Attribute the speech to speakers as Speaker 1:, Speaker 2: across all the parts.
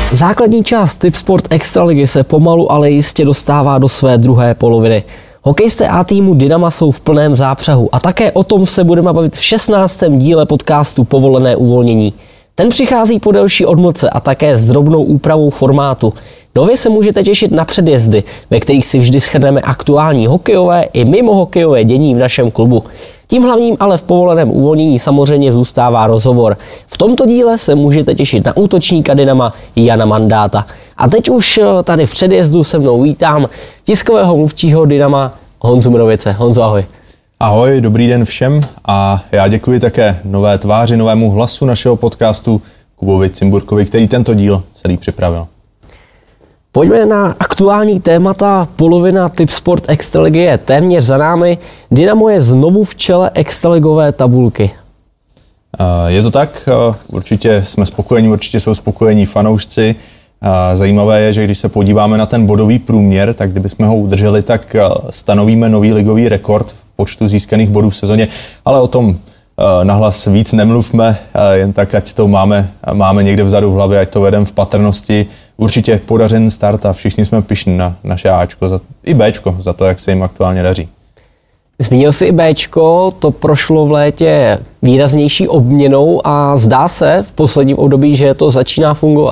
Speaker 1: Základní část Tipsport Extraligy se pomalu, ale jistě dostává do své druhé poloviny. Hokejisté A týmu Dynama jsou v plném zápřahu a také o tom se budeme bavit v 16. díle podcastu Povolené uvolnění. Ten přichází po delší odmlce a také s drobnou úpravou formátu. Nově se můžete těšit na předjezdy, ve kterých si vždy shrneme aktuální hokejové i mimo hokejové dění v našem klubu. Tím hlavním ale v povoleném uvolnění samozřejmě zůstává rozhovor. V tomto díle se můžete těšit na útočníka Dynama Jana Mandáta. A teď už tady v předjezdu se mnou vítám tiskového mluvčího Dynama Honzu Mrovice. Honzo, ahoj.
Speaker 2: Ahoj, dobrý den všem a já děkuji také nové tváři, novému hlasu našeho podcastu Kubovi Cimburkovi, který tento díl celý připravil.
Speaker 1: Pojďme na aktuální témata. Polovina Tipsport Extraligy je téměř za námi. Dynamo je znovu v čele extraligové tabulky.
Speaker 2: Je to tak, určitě jsme spokojení, určitě jsou spokojení fanoušci. Zajímavé je, že když se podíváme na ten bodový průměr, tak kdybychom ho udrželi, tak stanovíme nový ligový rekord v počtu získaných bodů v sezóně, ale o tom nahlas víc nemluvme, jen tak, ať to máme někde vzadu v hlavě, ať to vedeme v patrnosti. Určitě podařený start a všichni jsme pyšní na naše Ačko i Bčko za to, jak se jim aktuálně daří.
Speaker 1: Zmínil jsi i Bčko, to prošlo v létě výraznější obměnou a zdá se v posledním období, že to začíná fungovat.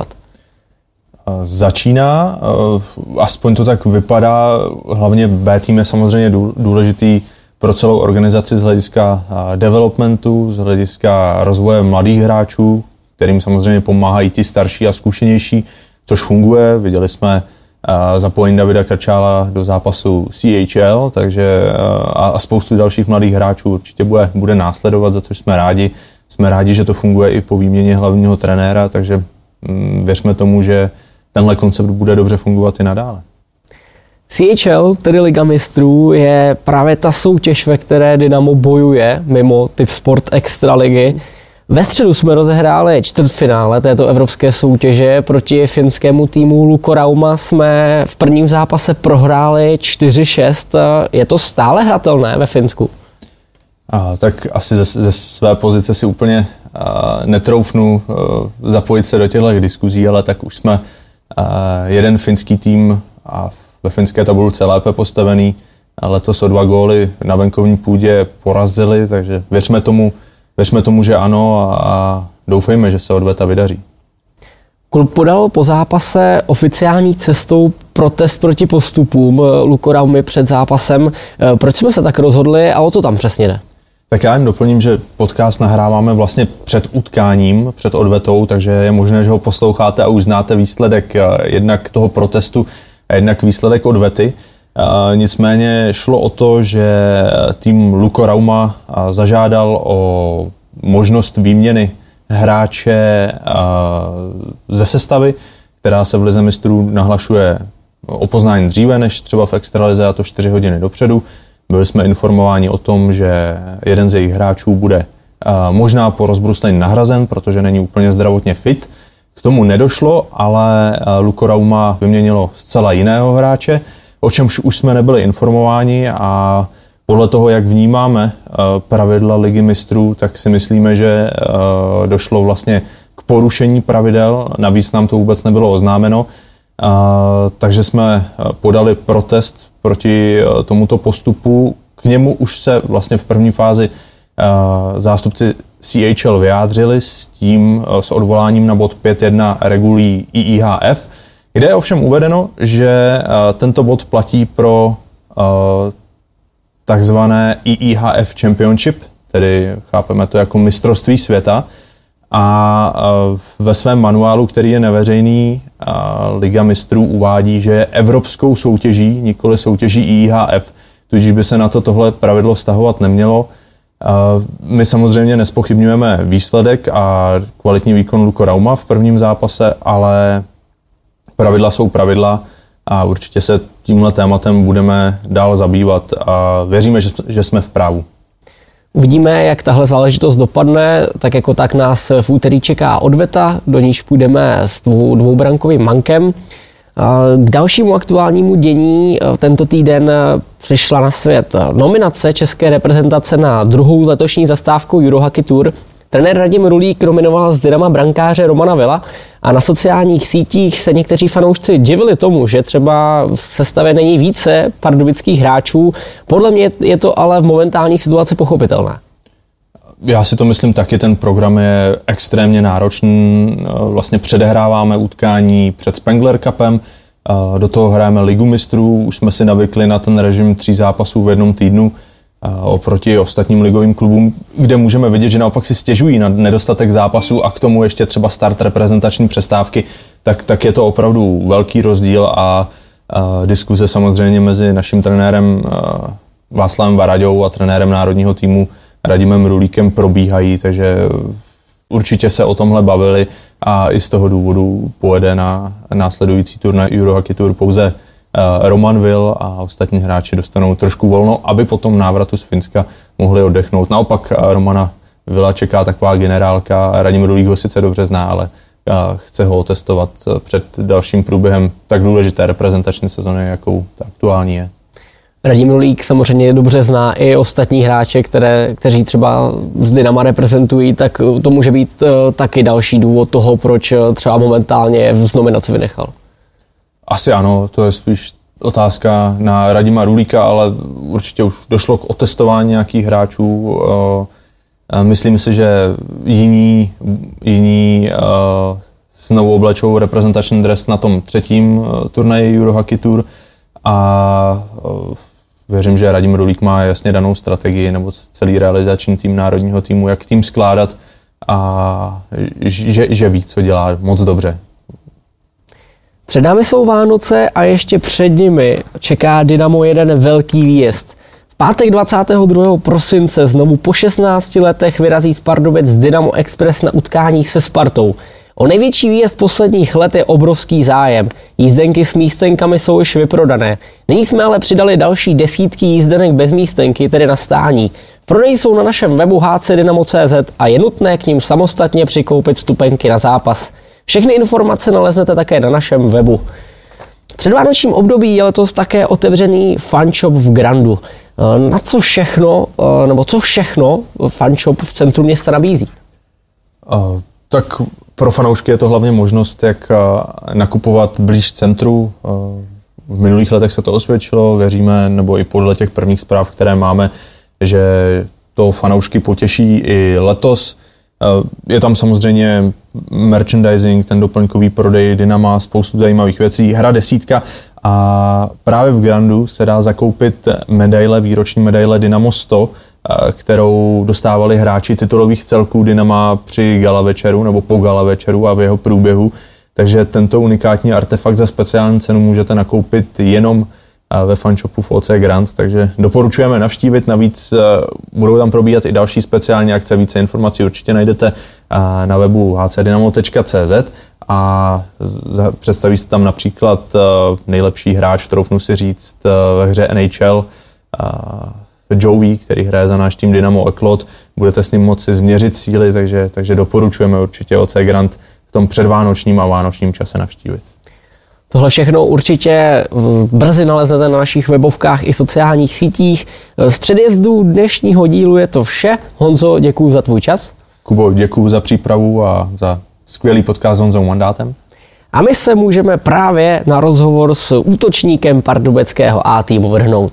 Speaker 2: Začíná, aspoň to tak vypadá, hlavně B tým je samozřejmě důležitý pro celou organizaci z hlediska developmentu, z hlediska rozvoje mladých hráčů, kterým samozřejmě pomáhají ti starší a zkušenější, což funguje. Viděli jsme zapojení Davida Krčála do zápasu CHL, takže a spoustu dalších mladých hráčů určitě bude následovat, za což jsme rádi. Jsme rádi, že to funguje i po výměně hlavního trenéra, takže věřme tomu, že tenhle koncept bude dobře fungovat i nadále.
Speaker 1: CHL, tedy Liga mistrů, je právě ta soutěž, ve které Dynamo bojuje mimo Tipsport Extraligy. Ve středu jsme rozehráli čtvrtfinále této evropské soutěže. Proti finskému týmu Lukko Rauma jsme v prvním zápase prohráli 4-6. Je to stále hratelné ve Finsku?
Speaker 2: Tak asi ze své pozice si úplně netroufnu zapojit se do těchto diskuzí, ale tak už jsme jeden finský tým a ve finské tabulce lépe postavený. Letos o 2 góly na venkovní půdě porazili, takže věřme tomu, že ano a doufejme, že se odveta vydaří.
Speaker 1: Klub podal po zápase oficiální cestou protest proti postupům Lukko Raumy před zápasem. Proč jsme se tak rozhodli a o co tam přesně jde?
Speaker 2: Tak já jen doplním, že podcast nahráváme vlastně před utkáním, před odvetou, takže je možné, že ho posloucháte a už znáte výsledek jednak toho protestu a jednak výsledek odvety. Nicméně šlo o to, že tým Lukko Rauma zažádal o možnost výměny hráče ze sestavy, která se v Lize mistrů nahlašuje o poznání dříve než třeba v extralize, a to 4 hodiny dopředu. Byli jsme informováni o tom, že jeden z jejich hráčů bude možná po rozbruslení nahrazen, protože není úplně zdravotně fit. K tomu nedošlo, ale Lukko Rauma vyměnilo zcela jiného hráče, o čemž už jsme nebyli informováni a podle toho, jak vnímáme pravidla Ligy mistrů, tak si myslíme, že došlo vlastně k porušení pravidel, navíc nám to vůbec nebylo oznámeno, takže jsme podali protest proti tomuto postupu. K němu už se vlastně v první fázi zástupci CHL vyjádřili s odvoláním na bod 5.1 regulí IIHF, kde je ovšem uvedeno, že tento bod platí pro takzvané IIHF Championship, tedy chápeme to jako mistrovství světa, a ve svém manuálu, který je neveřejný, Liga mistrů uvádí, že je evropskou soutěží, nikoli soutěží IIHF, tudíž by se na to tohle pravidlo vztahovat nemělo. My samozřejmě nespochybňujeme výsledek a kvalitní výkon Lukko Rauma v prvním zápase, ale pravidla jsou pravidla a určitě se tímhle tématem budeme dál zabývat a věříme, že jsme v právu.
Speaker 1: Uvidíme, jak tahle záležitost dopadne, tak jako tak nás v úterý čeká odveta, do níž půjdeme s dvoubrankovým mankem. K dalšímu aktuálnímu dění tento týden přišla na svět nominace české reprezentace na druhou letošní zastávku Eurohockey Tour. Trenér Radim Rulík nominoval z Dynama brankáře Romana Villa a na sociálních sítích se někteří fanoušci divili tomu, že třeba v sestavě není více pardubických hráčů. Podle mě je to ale v momentální situaci pochopitelné.
Speaker 2: Já si to myslím taky, ten program je extrémně náročný. Vlastně předehráváme utkání před Spengler Cupem, do toho hrajeme Ligu mistrů, už jsme si navykli na ten režim 3 zápasů v jednom týdnu oproti ostatním ligovým klubům, kde můžeme vidět, že naopak si stěžují na nedostatek zápasů a k tomu ještě třeba start reprezentační přestávky, tak je to opravdu velký rozdíl a diskuze samozřejmě mezi naším trenérem Václavem Varaďou a trenérem národního týmu Radimem Rulíkem probíhají, takže určitě se o tomhle bavili a i z toho důvodu pojede na následující turnaj Eurohockey Tour pouze Roman Will a ostatní hráči dostanou trošku volno, aby po tom návratu z Finska mohli oddechnout. Naopak Romana Villa čeká taková generálka, Radim Rulík ho sice dobře zná, ale chce ho otestovat před dalším průběhem tak důležité reprezentační sezony, jakou ta aktuální je.
Speaker 1: Radim Rulík samozřejmě dobře zná i ostatní hráče, kteří třeba z Dynama reprezentují, tak to může být taky další důvod toho, proč třeba momentálně z nominace vynechal. Asi ano, to je spíš otázka na Radima Rulíka, ale určitě už došlo k otestování nějakých hráčů. Myslím si, že jiní znovu oblečou reprezentační dres na tom 3. turnaji Eurohockey Tour a věřím, že Radim Rulík má jasně danou strategii nebo celý realizační tým národního týmu, jak tým skládat a že ví, co dělá moc dobře. Před námi jsou Vánoce a ještě před nimi čeká Dynamo jeden velký výjezd. V pátek 22. prosince znovu po 16 letech vyrazí z Pardubic Dynamo Express na utkání se Spartou. O největší výjezd posledních let je obrovský zájem. Jízdenky s místenkami jsou již vyprodané. Nyní jsme ale přidali další desítky jízdenek bez místenky, tedy na stání. V prodeji jsou na našem webu hcdynamo.cz a je nutné k ním samostatně přikoupit vstupenky na zápas. Všechny informace naleznete také na našem webu. V předvánočním období je letos také otevřený fanshop v Grandu. Na co všechno, nebo co všechno fanshop v centru města nabízí?
Speaker 2: Tak pro fanoušky je to hlavně možnost, jak nakupovat blíž centru. V minulých letech se to osvědčilo, věříme, nebo i podle těch prvních zpráv, které máme, že to fanoušky potěší i letos. Je tam samozřejmě merchandising, ten doplňkový prodej Dynama, spoustu zajímavých věcí, hra desítka a právě v Grandu se dá zakoupit medaile, výroční medaile Dynamo 100, kterou dostávali hráči titulových celků Dynama při gala večeru nebo po gala večeru a v jeho průběhu. Takže tento unikátní artefakt za speciální cenu můžete nakoupit jenom ve fanshopu v OC Grand, takže doporučujeme navštívit, navíc budou tam probíhat i další speciální akce, více informací určitě najdete na webu hcdynamo.cz a představí se tam například nejlepší hráč, troufnu si říct, ve hře NHL, Joey, který hraje za náš tým Dynamo Eklot, budete s ním moci změřit síly, takže doporučujeme určitě OC Grand v tom předvánočním a vánočním čase navštívit.
Speaker 1: Tohle všechno určitě brzy naleznete na našich webovkách i sociálních sítích. Z předjezdu dnešního dílu je to vše. Honzo, děkuju za tvůj čas.
Speaker 2: Kubo, děkuju za přípravu a za skvělý podcast s Honzou Mandátem.
Speaker 1: A my se můžeme právě na rozhovor s útočníkem pardubického A týmu vrhnout.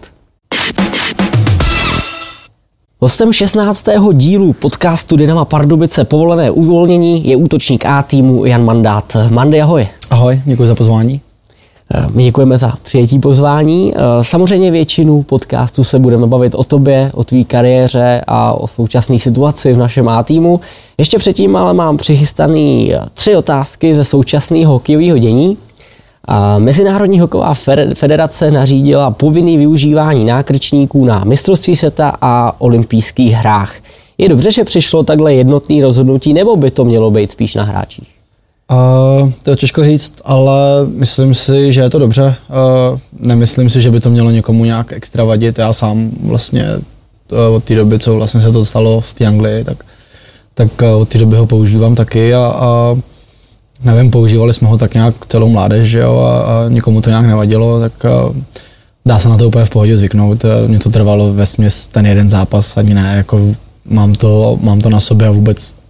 Speaker 1: Hostem 16. dílu podcastu Dynama Pardubice Povolené uvolnění je útočník A týmu Jan Mandát. Mandy, ahoj.
Speaker 3: Ahoj, děkuji za pozvání.
Speaker 1: My děkujeme za přijetí pozvání. Samozřejmě většinu podcastu se budeme bavit o tobě, o tvý kariéře a o současné situaci v našem A týmu. Ještě předtím ale mám přichystaný 3 otázky ze současného hokejového dění. Mezinárodní hokejová federace nařídila povinné využívání nákrčníků na mistrovství světa a olympijských hrách. Je dobře, že přišlo takhle jednotné rozhodnutí, nebo by to mělo být spíš na hráčích?
Speaker 3: To je těžko říct, ale myslím si, že je to dobře. Nemyslím si, že by to mělo někomu nějak extra vadit. Já sám vlastně od té doby, co vlastně se to stalo v té Anglii, tak od té doby ho používám taky a nevím, používali jsme ho tak nějak celou mládež, že jo, a nikomu to nějak nevadilo, tak dá se na to úplně v pohodě zvyknout. Mně to trvalo vesměs ten jeden zápas, ani ne, jako mám to na sobě a vůbec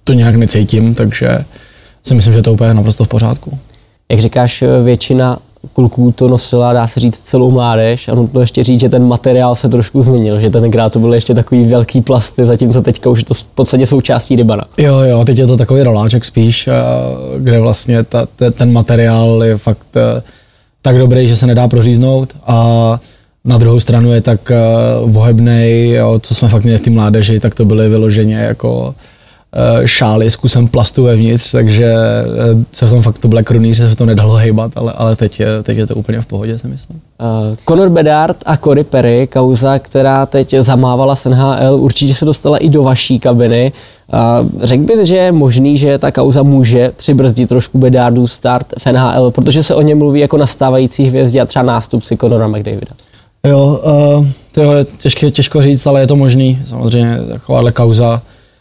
Speaker 3: to nějak necítím, takže si myslím, že to úplně naprosto v pořádku.
Speaker 1: Jak říkáš, většina kluků to nosila, dá se říct, celou mládež a nutno ještě říct, že ten materiál se trošku změnil, že tenkrát to byly ještě takový velký plasty, zatímco teďka už je to v podstatě součástí Rybana.
Speaker 3: Jo, teď je to takový roláček spíš, kde vlastně ten materiál je fakt tak dobrý, že se nedá proříznout a na druhou stranu je tak vohebnej, co jsme fakt měli v té mládeži, tak to byly vyloženě jako šály s kusem plastu vevnitř, takže se v tom fakt to byl krunýř, se to nedalo hejbat, ale teď je to úplně v pohodě, si myslím.
Speaker 1: Conor Bedard a Corey Perry, kauza, která teď zamávala s NHL, určitě se dostala i do vaší kabiny. Řekl bych, že je možný, že ta kauza může přibrzdit trošku Bedardův start v NHL, protože se o něm mluví jako nastávající hvězdě a třeba nástupci Conora McDavida.
Speaker 3: Jo, to je těžko říct, ale je to možný. Samozřejmě takováhle kauza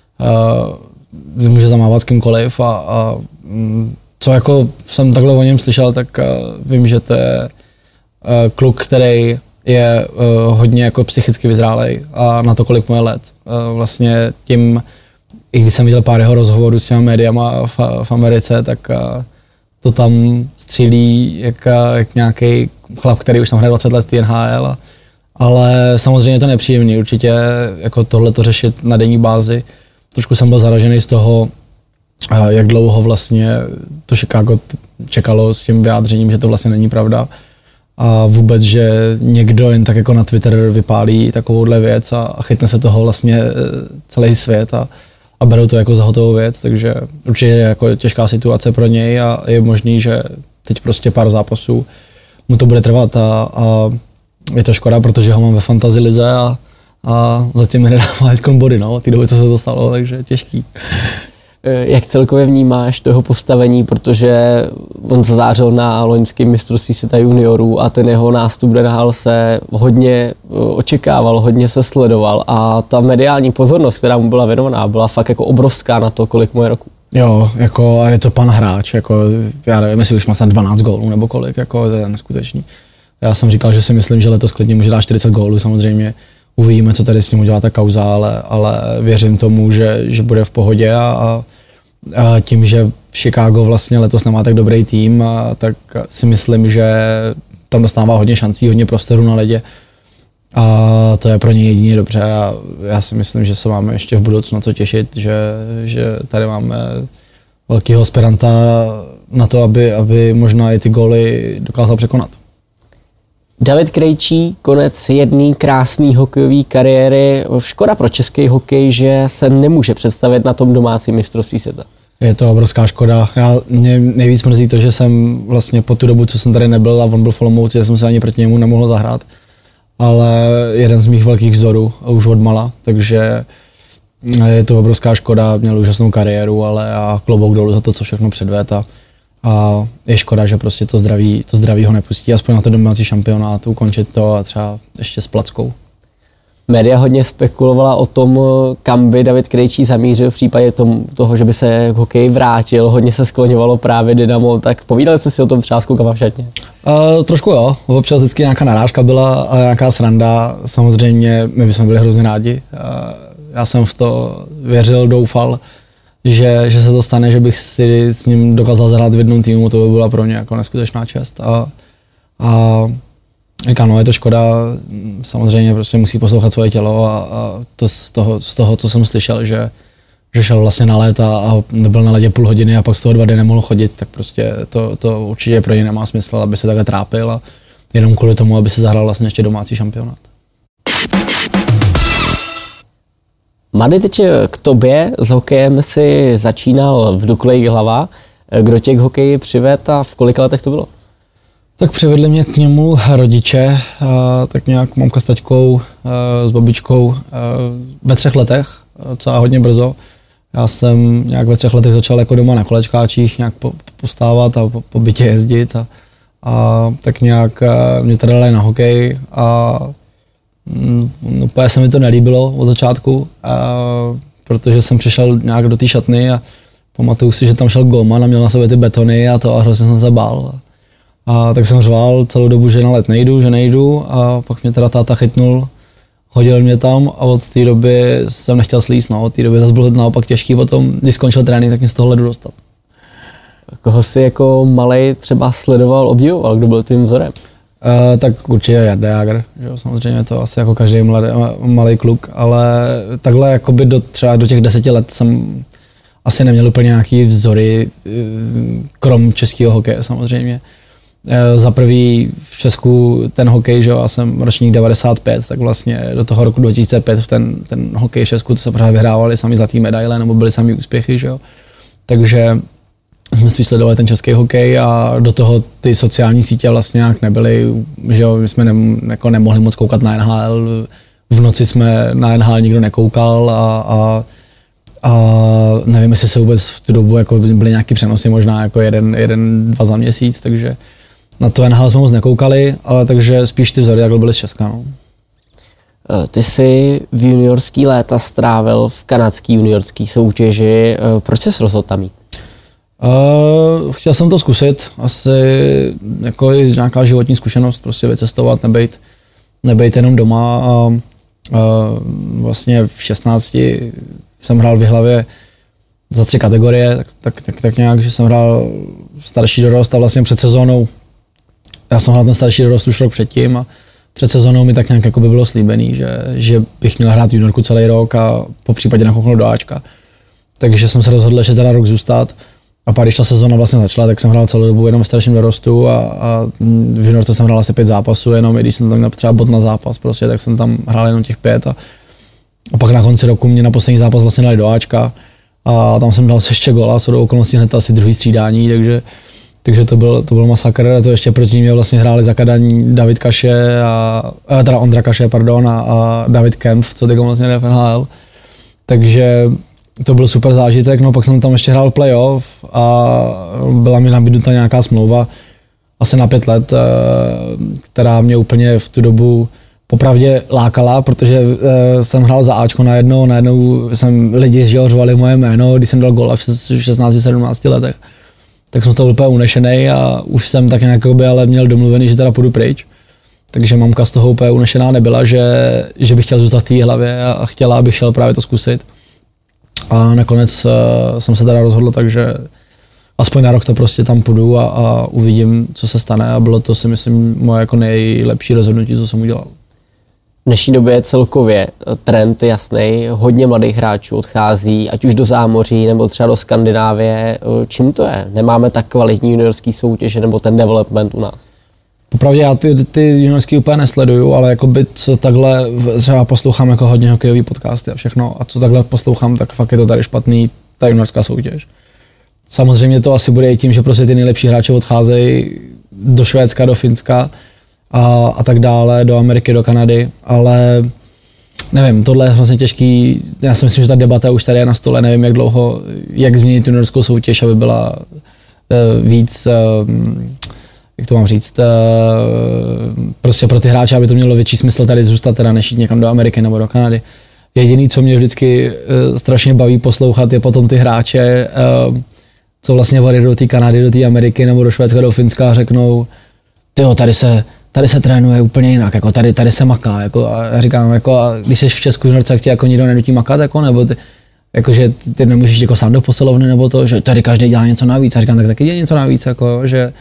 Speaker 3: může zamávat s kýmkoliv a co jako jsem takhle o něm slyšel, tak vím, že to je kluk, který je hodně jako psychicky vyzrálej a na to, kolik mu je let. Vlastně tím, i když jsem viděl pár jeho rozhovorů s těma médiama v Americe, tak to tam střílí jak nějaký chlap, který už tam hraje 20 let v NHL. Ale samozřejmě je to nepříjemný, určitě jako tohle to řešit na denní bázi. Trošku jsem byl zaražený z toho, jak dlouho vlastně to Chicago čekalo s tím vyjádřením, že to vlastně není pravda. A vůbec, že někdo jen tak jako na Twitter vypálí takovouhle věc a chytne se toho vlastně celý svět a berou to jako za hotovou věc, takže určitě je jako těžká situace pro něj a je možný, že teď prostě pár zápasů mu to bude trvat a je to škoda, protože ho mám ve fantasy lize a zatím mi nedává body, no, ty doby, co se to stalo, takže těžký.
Speaker 1: Jak celkově vnímáš toho postavení, protože on zazářil na loňském mistrovství světa juniorů a ten jeho nástup do NHL se hodně očekával, hodně se sledoval a ta mediální pozornost, která mu byla věnovaná, byla fakt jako obrovská na to, kolik mu je roku.
Speaker 3: Jo, jako a je to pan hráč, jako já nevím, jestli už má snad 12 gólů nebo kolik, jako to je neskutečný. Já jsem říkal, že si myslím, že letos klidně může dát 40 gólů, samozřejmě uvidíme, co tady s ním udělá ta kauza, ale věřím tomu, že bude v pohodě a tím, že Chicago vlastně letos nemá tak dobrý tým, tak si myslím, že tam dostává hodně šancí, hodně prostoru na ledě a to je pro ně jedině dobře a já si myslím, že se máme ještě v budoucnu co těšit, že tady máme velkýho aspiranta na to, aby možná i ty góly dokázal překonat.
Speaker 1: David Krejčí, konec jedné krásné hokejové kariéry. Škoda pro český hokej, že se nemůže představit na tom domácím mistrovství světa.
Speaker 3: Je to obrovská škoda. Mě nejvíc mrzí to, že jsem vlastně po tu dobu, co jsem tady nebyl a on byl v Olomouci, jsem se ani proti němu nemohl zahrát. Ale jeden z mých velkých vzorů už odmala, takže je to obrovská škoda. Měl úžasnou kariéru, ale a klobouk dolů za to, co všechno předvedl. A je škoda, že prostě to zdraví ho nepustí, aspoň na to domácí šampionát, ukončit to a třeba ještě s plackou.
Speaker 1: Média hodně spekulovala o tom, kam by David Krejčí zamířil v případě toho, že by se k hokeji vrátil. Hodně se skloňovalo právě Dynamo, tak povídali jste si o tom třeba s klukama v šatně?
Speaker 3: Trošku jo, občas vždycky nějaká narážka byla a nějaká sranda. Samozřejmě my bychom byli hrozně rádi. Já jsem v to věřil, doufal, že se to stane, že bych si s ním dokázal zahrát v jednom týmu, to by byla pro mě jako neskutečná čest. A říkám, no, je to škoda, samozřejmě prostě musí poslouchat svoje tělo a to z toho, co jsem slyšel, že šel vlastně na let a byl na ledě půl hodiny a pak z toho 2 dny nemohl chodit, tak prostě to určitě pro něj nemá smysl, aby se takhle trápil a jenom kvůli tomu, aby se zahrál vlastně ještě domácí šampionát.
Speaker 1: Mady, teď k tobě s hokejem si začínal v Dukle Jihlava. Kdo tě k hokeji přivedl a v kolika letech to bylo?
Speaker 3: Tak přivedli mě k němu rodiče, tak nějak mamka s taťkou, s babičkou ve 3 letech, docela hodně brzo. Já jsem nějak ve 3 letech začal jako doma na kolečkáčích nějak postávat a po bytě jezdit a tak nějak mě tady dali na hokej a úplně se mi to nelíbilo od začátku, protože jsem přišel nějak do té šatny a pamatuju si, že tam šel golman a měl na sebe ty betony a hrozně jsem se bál. A tak jsem řval celou dobu, že na let nejdu a pak mě teda táta chytnul hodil mě tam a od té doby jsem nechtěl slíst, no. Od té doby zase bylo naopak těžký potom, když skončil trénink, tak mě z toho ledu dostat.
Speaker 1: Koho jsi jako malej třeba sledoval, obdivoval, kdo byl tvým vzorem?
Speaker 3: Tak určitě Jarda Jágr, že jo, samozřejmě to asi jako každý malý kluk, ale takhle jakoby třeba do těch 10 let jsem asi neměl úplně nějaký vzory, krom českého hokeje samozřejmě. Za prvý v Česku ten hokej, že jo, já jsem ročník 95, tak vlastně do toho roku 2005 ten hokej v Česku to se pořád vyhrávali sami zlatý medaile nebo byly sami úspěchy, že jo. Takže jsme spíš sledovali ten český hokej a do toho ty sociální sítě vlastně nějak nebyly, že jo, my jsme jako nemohli moc koukat na NHL, v noci jsme na NHL nikdo nekoukal a nevím, jestli se vůbec v tu dobu jako byly nějaký přenosy, možná jako jeden, dva za měsíc, takže na to NHL jsme moc nekoukali, ale takže spíš ty vzory takhle byly z Česka. No.
Speaker 1: Ty jsi v juniorský léta strávil v kanadský juniorský soutěži, proč jsi rozhodl tam jít?
Speaker 3: Chtěl jsem to zkusit, asi jako nějaká životní zkušenost, prostě vycestovat, nebejt jenom doma a vlastně v 16 jsem hrál v Jihlavě za 3 kategorie, tak nějak, že jsem hrál starší dorost a vlastně před sezónou, já jsem hrál ten starší dorost už rok předtím a před sezónou mi tak nějak jako by bylo slíbený, že bych měl hrát juniorku celý rok a po případě nakouknout do Ačka. Takže jsem se rozhodl, že teda rok zůstat. A pak když ta sezóna vlastně začala, tak jsem hrál celou dobu jenom v starším dorostu a v juniorce jsem hrál asi 5 zápasů, jenom i když jsem tam měl třeba bod na zápas, prostě, tak jsem tam hrál jenom těch 5 a pak na konci roku mě na poslední zápas vlastně dali do Ačka a tam jsem dal ještě góla, shodou okolností hned asi druhý střídání, takže to byl masakr a to ještě proti mě vlastně hráli za Kadaň David Kaše teda Ondra Kaše, pardon, a David Kempf, co teď vlastně jde v NHL. Takže to byl super zážitek, no pak jsem tam ještě hrál playoff a byla mi nabídnuta nějaká smlouva asi na 5 let, která mě úplně v tu dobu popravdě lákala, protože jsem hrál za Ačko najednou jsem lidi řvali moje jméno, když jsem dal góla v 16-17 letech. Tak jsem z toho úplně unešený a už jsem tak nějak ale měl domluvený, že teda půjdu pryč. Takže mamka z toho úplně unešená nebyla, že bych chtěl zůstat v té hlavě a chtěla, abych šel právě to zkusit. A nakonec jsem se teda rozhodl, takže aspoň na rok to prostě tam půjdu a uvidím, co se stane a bylo to si myslím moje jako nejlepší rozhodnutí, co jsem udělal.
Speaker 1: V dnešní době je celkově trend jasný, hodně mladých hráčů odchází, ať už do zámoří nebo třeba do Skandinávie. Čím to je? Nemáme tak kvalitní juniorský soutěže nebo ten development u nás?
Speaker 3: Popravdě já ty juniorský úplně nesleduju, ale jakoby co takhle, třeba poslouchám jako hodně hokejový podcasty a všechno a co takhle poslouchám, tak fakt je to tady špatný, ta juniorská soutěž. Samozřejmě to asi bude i tím, že prostě ty nejlepší hráči odcházejí do Švédska, do Finska a tak dále, do Ameriky, do Kanady, ale nevím, tohle je vlastně těžký, já si myslím, že ta debata už tady je na stole, nevím jak dlouho, jak změnit juniorskou soutěž, aby byla víc, jak to mám říct, prostě pro ty hráče, aby to mělo větší smysl tady zůstat, teda než jít někam do Ameriky nebo do Kanady. Jediný, co mě vždycky strašně baví poslouchat, je potom ty hráče, co vlastně odjedou do té Kanady, do té Ameriky nebo do Švédska, do Finska a řeknou, tyjo, tady se trénuje úplně jinak, jako tady se maká, jako a já říkám, jako a když jsi v Česku juniorce, tak tě jako nikdo nenutí makat, jako, nebo jakože ty nemůžeš jako sám do posilovny, nebo to, že tady každý dělá něco navíc. A říkám, tak taky dělá něco navíc, jako,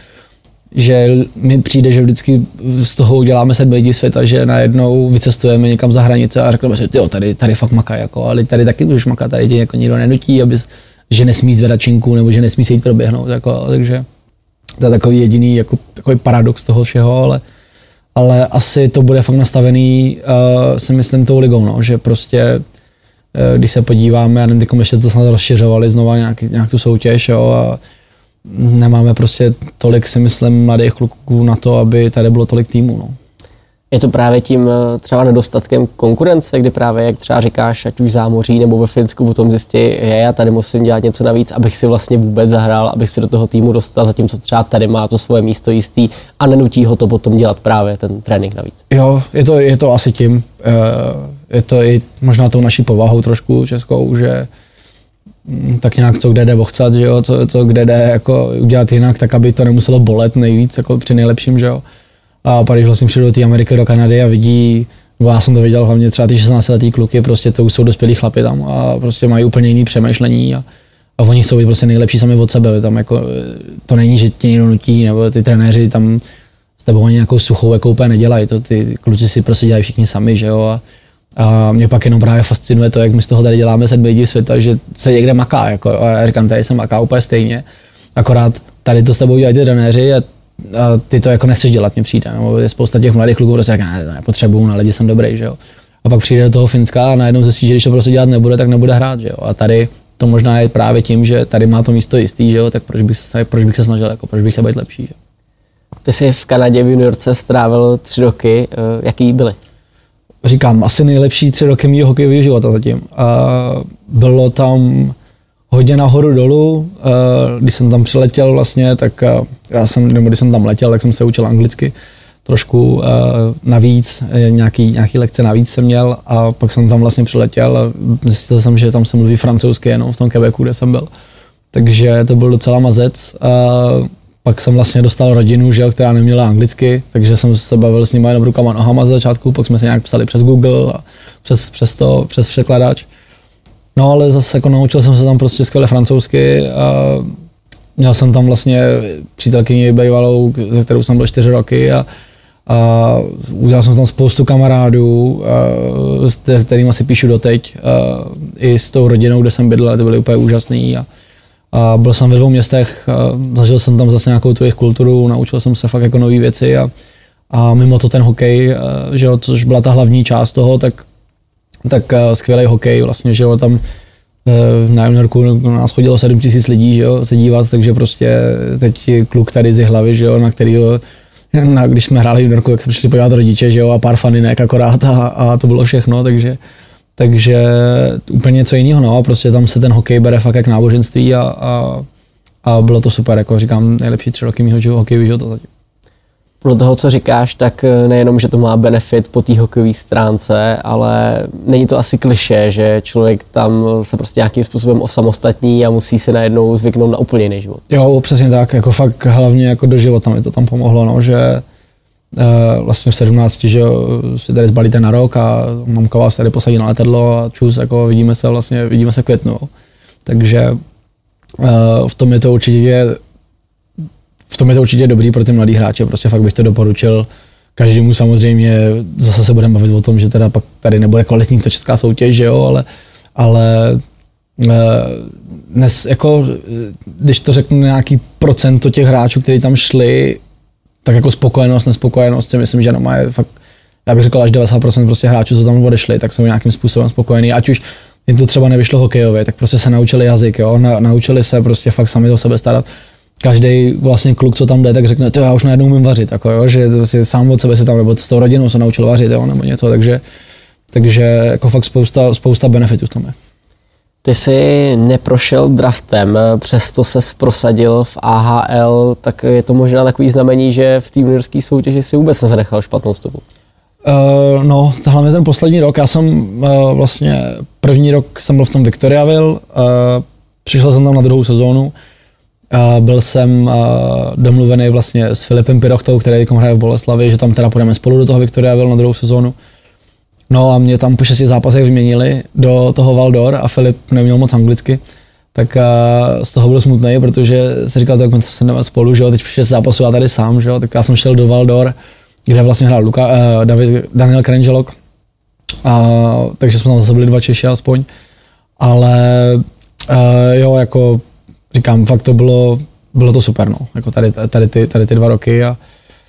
Speaker 3: že mi přijde, že vždycky z toho uděláme se lidi světa, že najednou vycestujeme někam za hranice a řekneme si, tyjo, tady fakt maká, jako, ale tady taky můžeš makat, tady tě jako nikdo nenutí, že nesmí zvedat činku, nebo že nesmí se jít proběhnout, jako, takže to je takový jediný jako, takový paradox toho všeho, ale asi to bude fakt nastavený, si myslím, tou ligou, no, že prostě, když se podíváme, já nevím, ještě to snad rozšiřovali znova nějak tu soutěž, jo, a nemáme prostě tolik, si myslím, mladých kluků na to, aby tady bylo tolik týmů, no.
Speaker 1: Je to právě tím třeba nedostatkem konkurence, kdy právě, jak třeba říkáš, ať už v zámoří nebo ve Finsku potom zjistí, já tady musím dělat něco navíc, abych si vlastně vůbec zahrál, abych si do toho týmu dostal, zatímco třeba tady má to svoje místo jistý a nenutí ho to potom dělat právě ten trénink navíc. Jo,
Speaker 3: je to asi tím. Je to i možná tou naší povahou trošku českou, že tak nějak co kde jde ochcat, že jo, co kde jde jako udělat jinak, tak aby to nemuselo bolet nejvíc jako při nejlepším, že jo. A pak když vlastně přijdu do té Ameriky, do Kanady a vidí Bo já jsem to viděl, hlavně třeba ty 16letý kluky, prostě to už jsou dospělí chlapi tam a prostě mají úplně jiný přemýšlení a oni chcou být prostě nejlepší sami od sebe. Tam jako, to není, že tě někdo nutí, nebo ty trenéři tam s tebou ani nějakou suchou jako úplně nedělají. To ty kluci si prostě dělají všichni sami, že jo. A mě pak jenom právě fascinuje to, jak my z toho tady děláme 7 lidí světa, že se někde maká. Jako, a já říkám, tady se maká úplně stejně. Akorát tady to s tebou dělají ty trenéři a ty to jako nechceš dělat, mně přijde. No, je spousta těch mladých kluků, prostě ne, to nepotřebuju, na lidi jsem dobrý, že jo. A pak přijde do toho Finska a najednou zjistí, že když to prostě dělat nebude, tak nebude hrát, že jo. A tady to možná je právě tím, že tady má to místo jistý, že jo, tak proč bych se snažil, jako, proč bych chtěl být lepší, že?
Speaker 1: Ty jsi v Kanadě v juniorce strávil 3 roky, jaký byly?
Speaker 3: Říkám, asi nejlepší 3 roky mýho hokejového života zatím. Bylo tam hodně nahoru dolů, když jsem tam přiletěl vlastně, tak když jsem tam letěl, tak jsem se učil anglicky trošku navíc, nějaký lekce navíc jsem měl a pak jsem tam vlastně přiletěl a zjistil jsem, že tam se mluví francouzsky jenom v tom Quebecu, kde jsem byl. Takže to byl docela mazec. Pak jsem vlastně dostal rodinu, že, která neměla anglicky, takže jsem se bavil s nimi jenom rukama a nohama z začátku, pak jsme se nějak psali přes Google a přes překladač. No ale zase jako naučil jsem se tam prostě skvěle francouzsky a měl jsem tam vlastně přítelkyni bývalou, se kterou jsem byl 4 roky a udělal jsem tam spoustu kamarádů, s kterými si píšu doteď, i s tou rodinou, kde jsem bydlel, to byly úplně úžasný. A byl jsem ve 2 městech, zažil jsem tam zase nějakou tu jejich kulturu, naučil jsem se fakt jako nové věci a mimo to ten hokej, že jo, což byla ta hlavní část toho, tak skvělý hokej vlastně, že jo, tam na juniorku nás chodilo 7 000 lidí, že jo, se dívat, takže prostě teď kluk tady z hlavy, že jo, na kterýho, když jsme hráli juniorku, tak se přišli podívat rodiče, že jo, a pár faninek akorát a to bylo všechno, takže úplně něco jiného, no, prostě tam se ten hokej bere fakt jak náboženství a bylo to super, jako říkám, nejlepší 3 roky mýho hokejového života zatím.
Speaker 1: Podle toho, co říkáš, tak nejenom, že to má benefit po té hokejové stránce, ale není to asi klišé, že člověk tam se prostě nějakým způsobem osamostatní a musí se najednou zvyknout na úplně jiný život. Jo,
Speaker 3: přesně tak, jako fakt hlavně jako do života mi to tam pomohlo, no, že vlastně v 17, že si tady zbalíte na rok a mamka vás tady posadí na letadlo a čus, jako vidíme se v květnu. Takže v tom je to určitě dobrý pro ty mladý hráče, prostě fakt bych to doporučil každému. Samozřejmě zase se budeme bavit o tom, že teda pak tady nebude kvalitní to česká soutěž, že jo, ale dnes jako, když to řeknu nějaký procento těch hráčů, kteří tam šli, tak jako spokojenost, nespokojenost si myslím, že no je fakt, já bych řekl až 90% prostě hráčů, co tam odešli, tak jsou nějakým způsobem spokojení, ať už jim to třeba nevyšlo hokejově, tak prostě se naučili jazyk, jo, naučili se prostě fakt sami o sebe starat. Každý vlastně kluk, co tam jde, tak řekne, to já už najednou umím vařit, jako jo, že si sám od sebe se tam, nebo s tou rodinou se naučil vařit, jo, nebo něco, takže jako fakt spousta benefitů v tom je.
Speaker 1: Ty jsi neprošel draftem, přesto ses prosadil v AHL, tak je to možná takový znamení, že v té juniorské soutěži si vůbec nezanechal špatnou stopu.
Speaker 3: No, hlavně ten poslední rok, já jsem vlastně první rok jsem byl v tom Victoriaville, přišel jsem tam na 2. sezónu, byl jsem domluvený vlastně s Filipem Pirochtou, který hraje v Boleslavi, že tam teda půjdeme spolu do toho Victoriaville na 2. sezónu. No a mě tam po 6 zápasech vyměnili do toho Val d'Or a Filip neuměl moc anglicky, tak z toho byl smutný, protože si říkal, tak my se jdeme spolu, že jo, teď 6 zápasů já tady sám, že jo, tak já jsem šel do Val d'Or, kde vlastně hrál Daniel Krangelok, takže jsme tam zase byli 2 Češi aspoň, ale jo, jako říkám, fakt to bylo to super, no, jako tady ty 2 roky a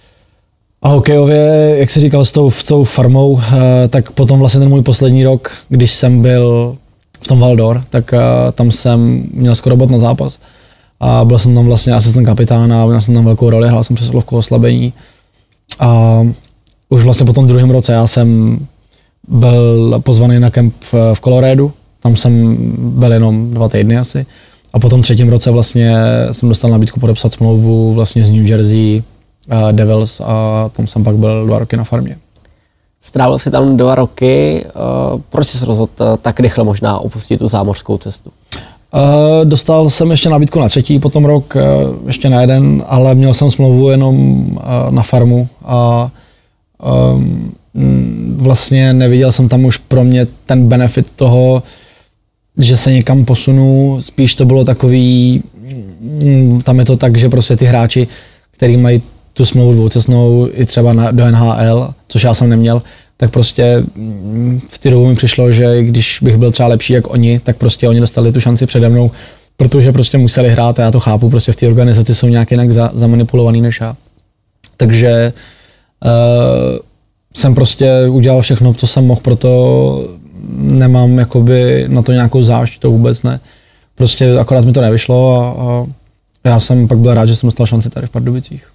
Speaker 3: hokejově, jak jsi říkal, s tou farmou, tak potom vlastně ten můj poslední rok, když jsem byl v tom Val d'Or, tak tam jsem měl skoro bod na zápas a byl jsem tam vlastně asistent kapitána, měl jsem tam velkou roli, hrál jsem přesilovku oslabení a už vlastně po tom 2. roce já jsem byl pozvaný na kemp v Coloradu, tam jsem byl jenom 2 týdny asi a po tom 3. roce vlastně jsem dostal nabídku podepsat smlouvu vlastně z New Jersey Devils a tam jsem pak byl 2 roky na farmě.
Speaker 1: Strávil jsi tam 2 roky, proč jsi se rozhodl tak rychle možná opustit tu zámořskou cestu?
Speaker 3: Dostal jsem ještě nabídku na 3. potom rok, ještě na 1, ale měl jsem smlouvu jenom na farmu a vlastně neviděl jsem tam už pro mě ten benefit toho, že se někam posunu, spíš to bylo takový, tam je to tak, že prostě ty hráči, který mají tu smlouvu dvoucestnou i třeba do NHL, což já jsem neměl, tak prostě v té době mi přišlo, že když bych byl třeba lepší jak oni, tak prostě oni dostali tu šanci přede mnou, protože prostě museli hrát a já to chápu, prostě v té organizaci jsou nějak jinak zamanipulovaný než já. Takže jsem prostě udělal všechno, co jsem mohl, proto nemám jakoby na to nějakou zášť, to vůbec ne. Prostě akorát mi to nevyšlo a já jsem pak byl rád, že jsem dostal šanci tady v Pardubicích.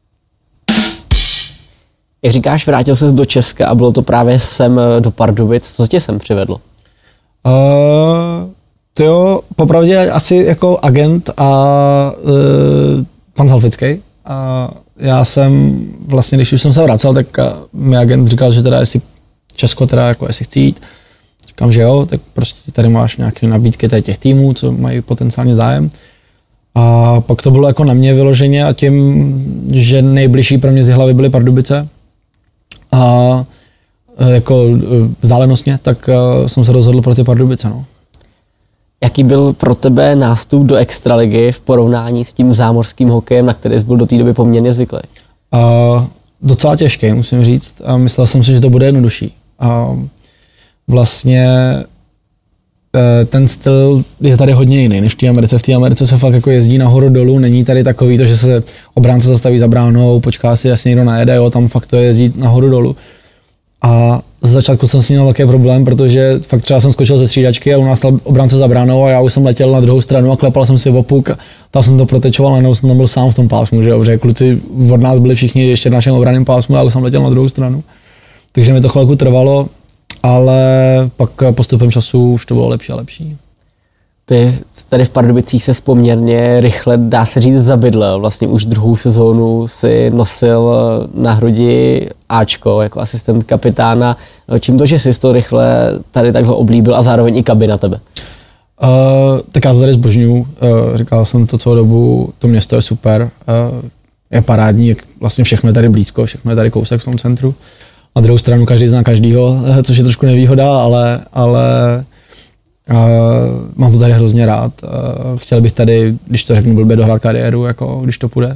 Speaker 1: Jak říkáš, vrátil ses do Česka a bylo to právě sem do Pardubic. Co tě sem přivedlo?
Speaker 3: To jo, popravdě asi jako agent a pan Zalfický. Já jsem vlastně, když už jsem se vracel, tak mi agent říkal, že teda jestli Česko teda jako jestli chci jít. Říkám, že jo, tak prostě tady máš nějaké nabídky tady těch týmů, co mají potenciálně zájem. A pak to bylo jako na mě vyloženě a tím, že nejbližší pro mě z hlavy byly Pardubice a jako vzdálenostně, tak jsem se rozhodl pro ty Pardubice. No.
Speaker 1: Jaký byl pro tebe nástup do extraligy v porovnání s tím zámořským hokejem, na který jsi byl do té doby poměrně zvyklý?
Speaker 3: Docela těžký, musím říct. A myslel jsem si, že to bude jednodušší. Vlastně ten styl je tady hodně jiný než v té Americe. V té Americe se fakt jako jezdí nahoru dolů, není tady takový to, že se obránce zastaví za bránou, počká si, jasně někdo najede, jo, tam fakt to je jezdí nahoru dolů. A z začátku jsem s ním měl velký problém, protože fakt třeba jsem skočil ze střídačky a u nás stal obránce za bránou a já už jsem letěl na druhou stranu a klepal jsem si o puk a tam jsem to protečoval a najednou jsem tam byl sám v tom pásmu, že jo, protože kluci od nás byli všichni ještě v našem obranném pásmu a já už jsem letěl na druhou stranu. Takže mi to chvilku trvalo, ale pak postupem času už to bylo lepší a lepší.
Speaker 1: Ty tady v Pardubicích se poměrně rychle, dá se říct, zabydlel. Vlastně už druhou sezónu si nosil na hrudi Ačko jako asistent kapitána. Čím to, že jsi to rychle tady takhle oblíbil a zároveň i kabina tebe?
Speaker 3: Tak já to tady zbožňuju. Říkal jsem to celou dobu, to město je super, je parádní, vlastně všechno je tady blízko, všechno je tady kousek v tom centru. Na druhou stranu každý zná každýho, což je trošku nevýhoda, ale mám to tady hrozně rád. Chtěl bych tady, když to řeknu blbě, dohrát kariéru, jako když to půjde.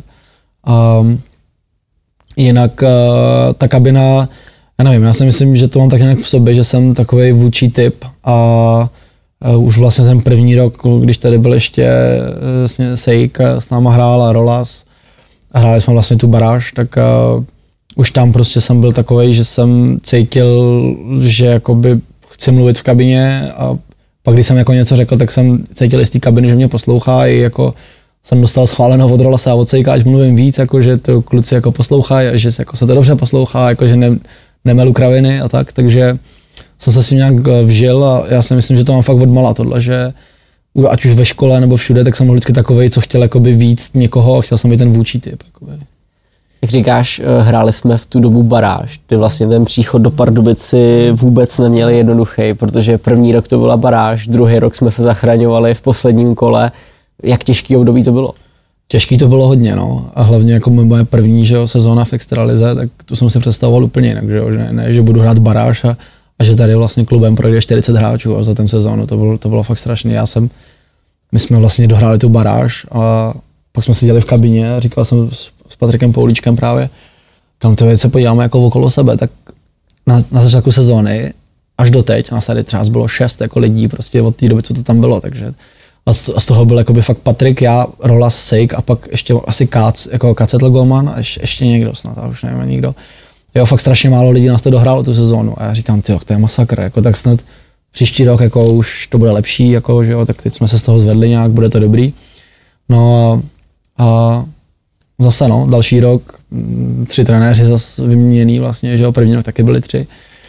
Speaker 3: Jinak ta kabina, já nevím, já si myslím, že to mám tak nějak v sobě, že jsem takovej vůdčí typ a už vlastně ten první rok, když tady byl ještě vlastně Sejk s náma hrál a Rolas a hráli jsme vlastně tu baráž, tak už tam prostě jsem byl takovej, že jsem cítil, že jakoby chci mluvit v kabině a pak když jsem jako něco řekl, tak jsem cítil z té kabiny, že mě poslouchá i jako jsem dostal schváleno od Rolasa a od Sejka, ať mluvím víc, jako že to kluci jako poslouchají a že jako se to dobře poslouchá, jako že nemelu kraviny a tak, takže jsem se s tím nějak vžil a já si myslím, že to mám fakt odmala tohle, že ať už ve škole nebo všude, tak jsem byl vždycky takovej, co chtěl jakoby víc někoho a chtěl jsem být ten vůdčí typ. Jakoby.
Speaker 1: Jak říkáš, hráli jsme v tu dobu baráž. Ty vlastně ten příchod do Pardubici vůbec neměli jednoduchý, protože první rok to byla baráž, druhý rok jsme se zachraňovali v posledním kole. Jak těžký období to bylo?
Speaker 3: Těžký to bylo hodně, no. A hlavně jako moje první sezóna v extralize, tak tu jsem si představoval úplně jinak, že ne, že budu hrát baráž a že tady vlastně klubem projde 40 hráčů a za ten sezónu to bylo fakt strašný. My jsme vlastně dohráli tu baráž a pak jsme seděli v kabině a říkal jsem s Patrikem Poulíčkem právě, kam ty věci podíváme jako okolo sebe, tak na začátku sezóny až doteď nás tady třeba bylo 6 jako lidí prostě od té doby, co to tam bylo, takže a z toho byl jakoby fakt Patrik, já, Rolas, Sejk a pak ještě asi Kacetl Golman a ještě někdo snad, a už nevím nikdo. Jo, fakt strašně málo lidí nás to dohrálo tu sezónu a já říkám, tyjo, to je masakr, jako tak snad příští rok jako už to bude lepší, jako, že jo, tak teď jsme se z toho zvedli nějak, bude to dobrý. No a zase no, další rok, 3 trenéři zase vyměněný vlastně, že jo, první rok taky byli 3.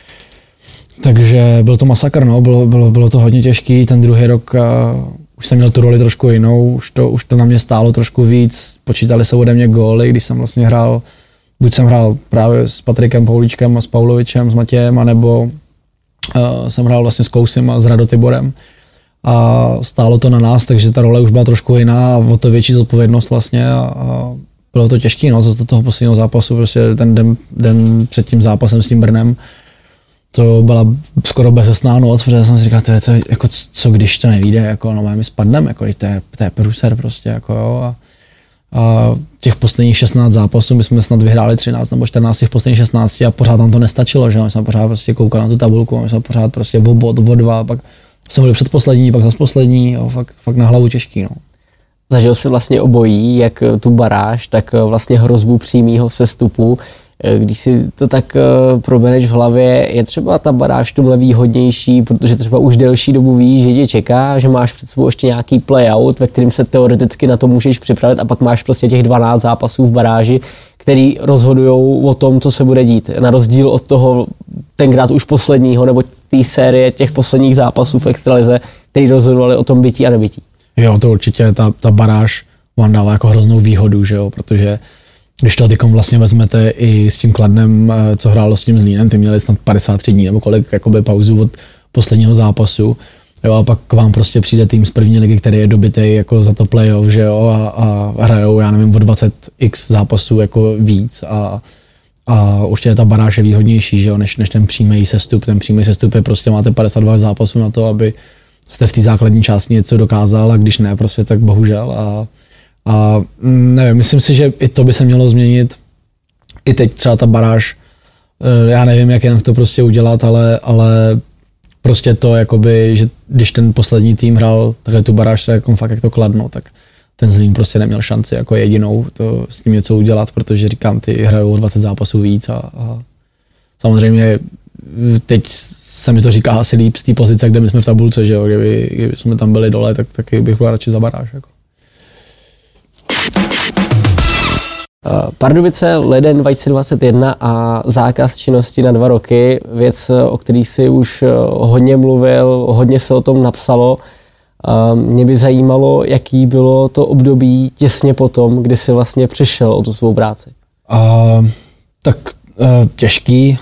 Speaker 3: Takže byl to masakr, no, bylo to hodně těžký, ten druhý rok už jsem měl tu roli trošku jinou, už to na mě stálo trošku víc, počítali se ode mě góly, když jsem vlastně hrál, buď jsem hrál právě s Patrikem Poulíčkem a s Paulovičem, s Matějem, anebo jsem hrál vlastně s Kousim a s Radotiborem. A stálo to na nás, takže ta role už byla trošku jiná a o to větší zodpovědnost vlastně a bylo to těžký, no, do toho posledního zápasu, prostě ten den před tím zápasem s tím Brnem, to byla skoro bezesná noc, protože jsem si říkal, to je jako, co když to nevíde, jako, no my spadneme, jako, to je průser prostě, jako, jo, a těch posledních 16 zápasů, my jsme snad vyhráli 13 nebo 14 těch posledních 16 a pořád tam to nestačilo, že my jsme pořád prostě koukali na tu tabulku, my jsme pořád prostě o bod, o dva, pak jsme byli předposlední, pak zase poslední, jo, fakt na hlavu těžký, no.
Speaker 1: Zažil si vlastně obojí, jak tu baráž, tak vlastně hrozbu přímého sestupu. Když si to tak probereš v hlavě, je třeba ta baráž tomhle výhodnější, protože třeba už delší dobu víš, že tě čeká, že máš před sebou ještě nějaký playout, ve kterým se teoreticky na to můžeš připravit a pak máš prostě těch 12 zápasů v baráži, který rozhodujou o tom, co se bude dít. Na rozdíl od toho tenkrát už posledního nebo té série těch posledních zápasů v extralize, který rozhodovali o tom bytí a nebytí. Jo,
Speaker 3: to určitě, ta baráž vám dává jako hroznou výhodu, že jo, protože když to tykom vlastně vezmete i s tím Kladnem, co hrálo s tím Zlínem, ty měli snad 53 dní nebo kolik jakoby pauzu od posledního zápasu, jo, a pak k vám prostě přijde tým z první ligy, který je dobitej jako za to playoff, že jo, a hrajou, já nevím, o 20x zápasů jako víc a určitě ta baráž je výhodnější, že jo, než ten přímý sestup. Ten přímý sestup je prostě máte 52 zápasů na to, aby jste v té základní části něco dokázal a když ne, prostě tak bohužel a nevím, myslím si, že i to by se mělo změnit. I teď třeba ta baráž, já nevím, jak jinak to prostě udělat, ale prostě to jakoby, že když ten poslední tým hrál takhle tu baráž, jako fakt jak to Kladno, tak ten Zlín prostě neměl šanci jako jedinou to s tím něco udělat, protože říkám, ty hrajou o 20 zápasů víc a samozřejmě teď se mi to říká asi líp z té pozice, kde my jsme v tabulce, že jo, kdyby jsme tam byli dole, tak taky bych byl radši za baráž. Jako.
Speaker 1: Pardubice, leden 2021 a zákaz činnosti na 2 roky, věc, o který si už hodně mluvil, hodně se o tom napsalo. Mě by zajímalo, jaký bylo to období těsně potom, kdy jsi vlastně přišel o tu svou práci.
Speaker 3: Těžký.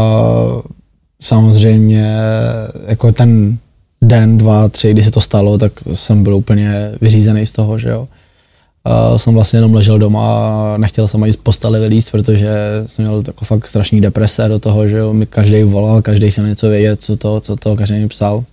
Speaker 3: Samozřejmě jako ten den, 2, 3, kdy se to stalo, tak jsem byl úplně vyřízený z toho, že jo. Jsem vlastně jenom ležel doma a nechtěl jsem ani z postele vylízt, protože jsem měl jako fakt strašný deprese do toho, že jo, mi každý volal, každý chtěl něco vědět, co to, každý mi psal.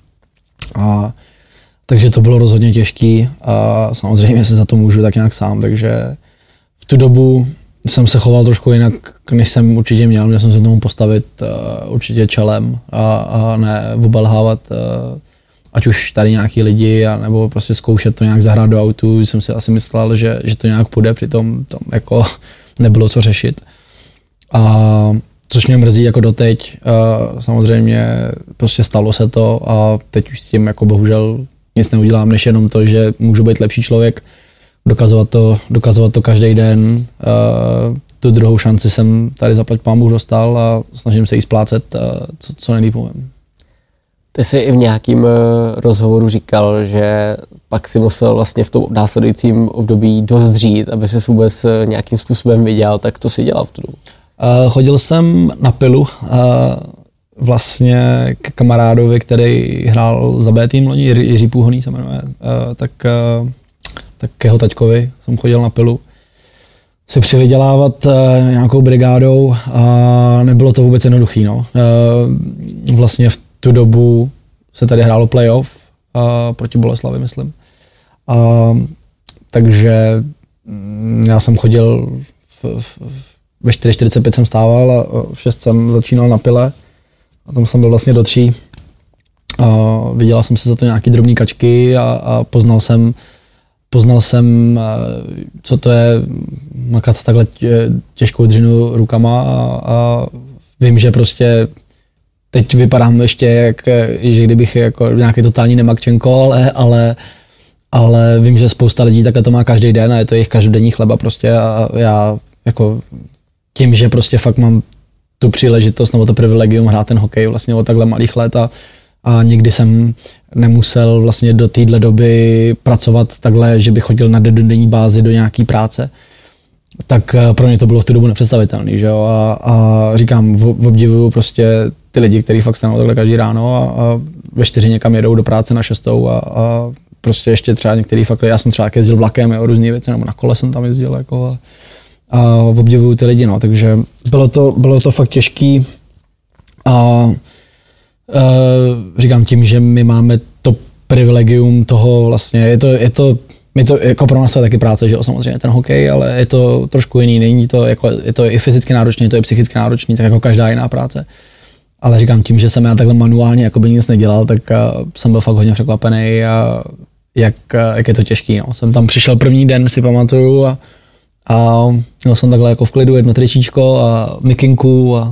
Speaker 3: Takže to bylo rozhodně těžký a samozřejmě se za to můžu tak nějak sám, takže v tu dobu jsem se choval trošku jinak, než jsem určitě měl jsem se tomu postavit určitě čelem a ne obelhávat ať už tady nějaký lidi, nebo prostě zkoušet to nějak zahrát do autu, jsem si asi myslel, že to nějak půjde, přitom tam jako nebylo co řešit. Což mě mrzí jako doteď, samozřejmě prostě stalo se to a teď už s tím jako bohužel nic neudělám, než jenom to, že můžu být lepší člověk, dokazovat to každý den. Tu druhou šanci jsem tady zaplať pán Bůh dostal a snažím se jí splácet co nejlíp umím.
Speaker 1: Ty jsi i v nějakém rozhovoru říkal, že pak si musel vlastně v tom následujícím období dost dřít, aby se vůbec nějakým způsobem viděl, tak to si dělal v tu dobu.
Speaker 3: Chodil jsem na pilu vlastně k kamarádovi, který hrál za B tým loni, Jiří Půhoný se jmenuje, tak k jeho taťkovi jsem chodil na pilu si přivydělávat nějakou brigádou a nebylo to vůbec jednoduchý. No. Vlastně v tu dobu se tady hrálo playoff proti Boleslavi, myslím. Takže já jsem chodil, ve 4:45 jsem stával a v 6 jsem začínal na pile a tam jsem byl vlastně do 3. Vydělal jsem si za to nějaký drobný kačky a poznal jsem, co to je makat takhle těžkou dřinu rukama a vím, že prostě teď vypadám ještě, že kdybych jako nějaký totální nemakčenko, ale vím, že spousta lidí takhle to má každý den a je to jejich každodenní chleba prostě a já jako tím, že prostě fakt mám tu příležitost nebo to privilegium hrát ten hokej vlastně od takhle malých let a nikdy jsem nemusel vlastně do téhle doby pracovat takhle, že bych chodil na denní bázi do nějaký práce, tak pro mě to bylo v tu dobu nepředstavitelný, že jo, a říkám, obdivuju prostě ty lidi, kteří fakt stanou takhle každý ráno a ve 4 někam jedou do práce na 6 a prostě ještě třeba některý fakt, já jsem třeba jezdil vlakem, jo, různý věci, nebo na kole jsem tam jezdil, jako a obdivuju ty lidi, no, takže bylo to fakt těžký a říkám tím, že my máme to privilegium toho vlastně, je to jako pro nás to je taky práce, že jo, samozřejmě ten hokej, ale je to trošku jiný, není to jako, je to i fyzicky náročný, to je psychicky náročný, tak jako každá jiná práce. Ale říkám tím, že jsem já takhle manuálně jakoby nic nedělal, tak jsem byl fakt hodně překvapený, jak je to těžký, no. Jsem tam přišel první den, si pamatuju, a měl jsem takhle jako v klidu jedno tričíčko a mikinku a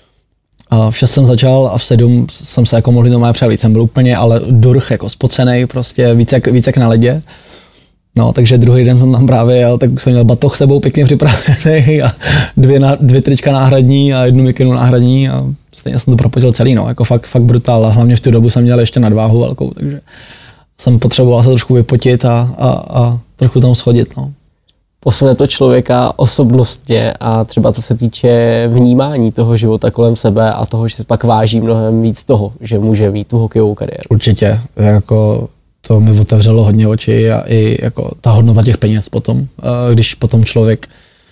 Speaker 3: v 6 jsem začal a v 7 jsem se jako mohli normálně převlít. Jsem byl úplně ale durch, jako spocenej, prostě víc jak na ledě. No, takže druhý den jsem tam právě jel, tak jsem měl batoh sebou pěkně připravený a dvě trička náhradní a jednu mikinu náhradní a stejně jsem to propotil celý, no, jako fakt brutál. A hlavně v tu dobu jsem měl ještě nadváhu velkou, takže jsem potřeboval se trošku vypotit a trošku tam schodit, no.
Speaker 1: Posune to člověka osobnostně a třeba co se týče vnímání toho života kolem sebe a toho, že se pak váží mnohem víc toho, že může mít tu hokejovou kariéru.
Speaker 3: Určitě, jako to mi otevřelo hodně oči a i jako ta hodnota těch peněz potom, když potom člověk,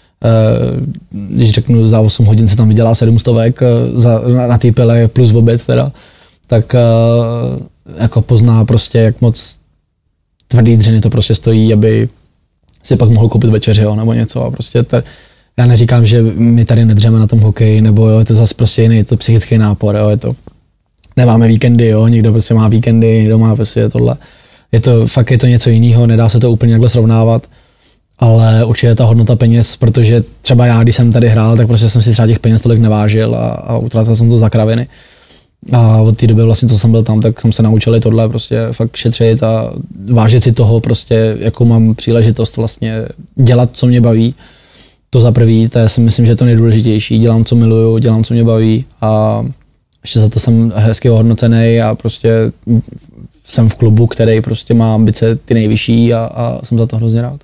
Speaker 3: když řeknu za 8 hodin se tam vydělá 700 na té pile plus v oběd teda, tak jako pozná prostě, jak moc tvrdý dřiny to prostě stojí, aby si pak mohl koupit večeři, jo, nebo něco a prostě já neříkám, že my tady nedřeme na tom hokeji, nebo jo, je to zase prostě jiný, je to psychický nápor, jo, je to, nemáme víkendy, jo, někdo prostě má víkendy, někdo má prostě tohle, je to něco jiného, nedá se to úplně takhle srovnávat, ale určitě ta hodnota peněz, protože třeba já, když jsem tady hrál, tak prostě jsem si třeba těch peněz tolik nevážil a utratil jsem to za kraviny. A od té doby vlastně, co jsem byl tam, tak jsem se naučil tohle prostě fakt šetřit a vážit si toho prostě, jakou mám příležitost vlastně dělat, co mě baví. To za prvý, to si myslím, že je to nejdůležitější. Dělám, co miluju, dělám, co mě baví a ještě za to jsem hezky ohodnocený a prostě jsem v klubu, který prostě má ambice ty nejvyšší a jsem za to hrozně rád.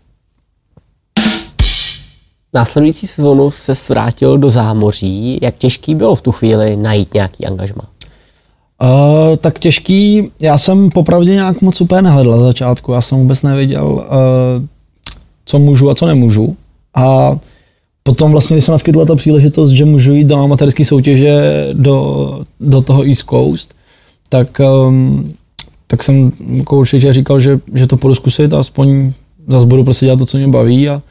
Speaker 1: Následující sezónu se vrátil do zámoří. Jak těžký bylo v tu chvíli najít nějaký angažmá?
Speaker 3: Tak těžký, já jsem popravdě nějak moc úplně nehledal za začátku, já jsem vůbec nevěděl, co můžu a co nemůžu. A potom vlastně, když se naskytla ta příležitost, že můžu jít do amatérské soutěže do toho East Coast, tak jsem jako určitě říkal, že to půjdu zkusit a aspoň zase budu prostě dělat to, co mě baví a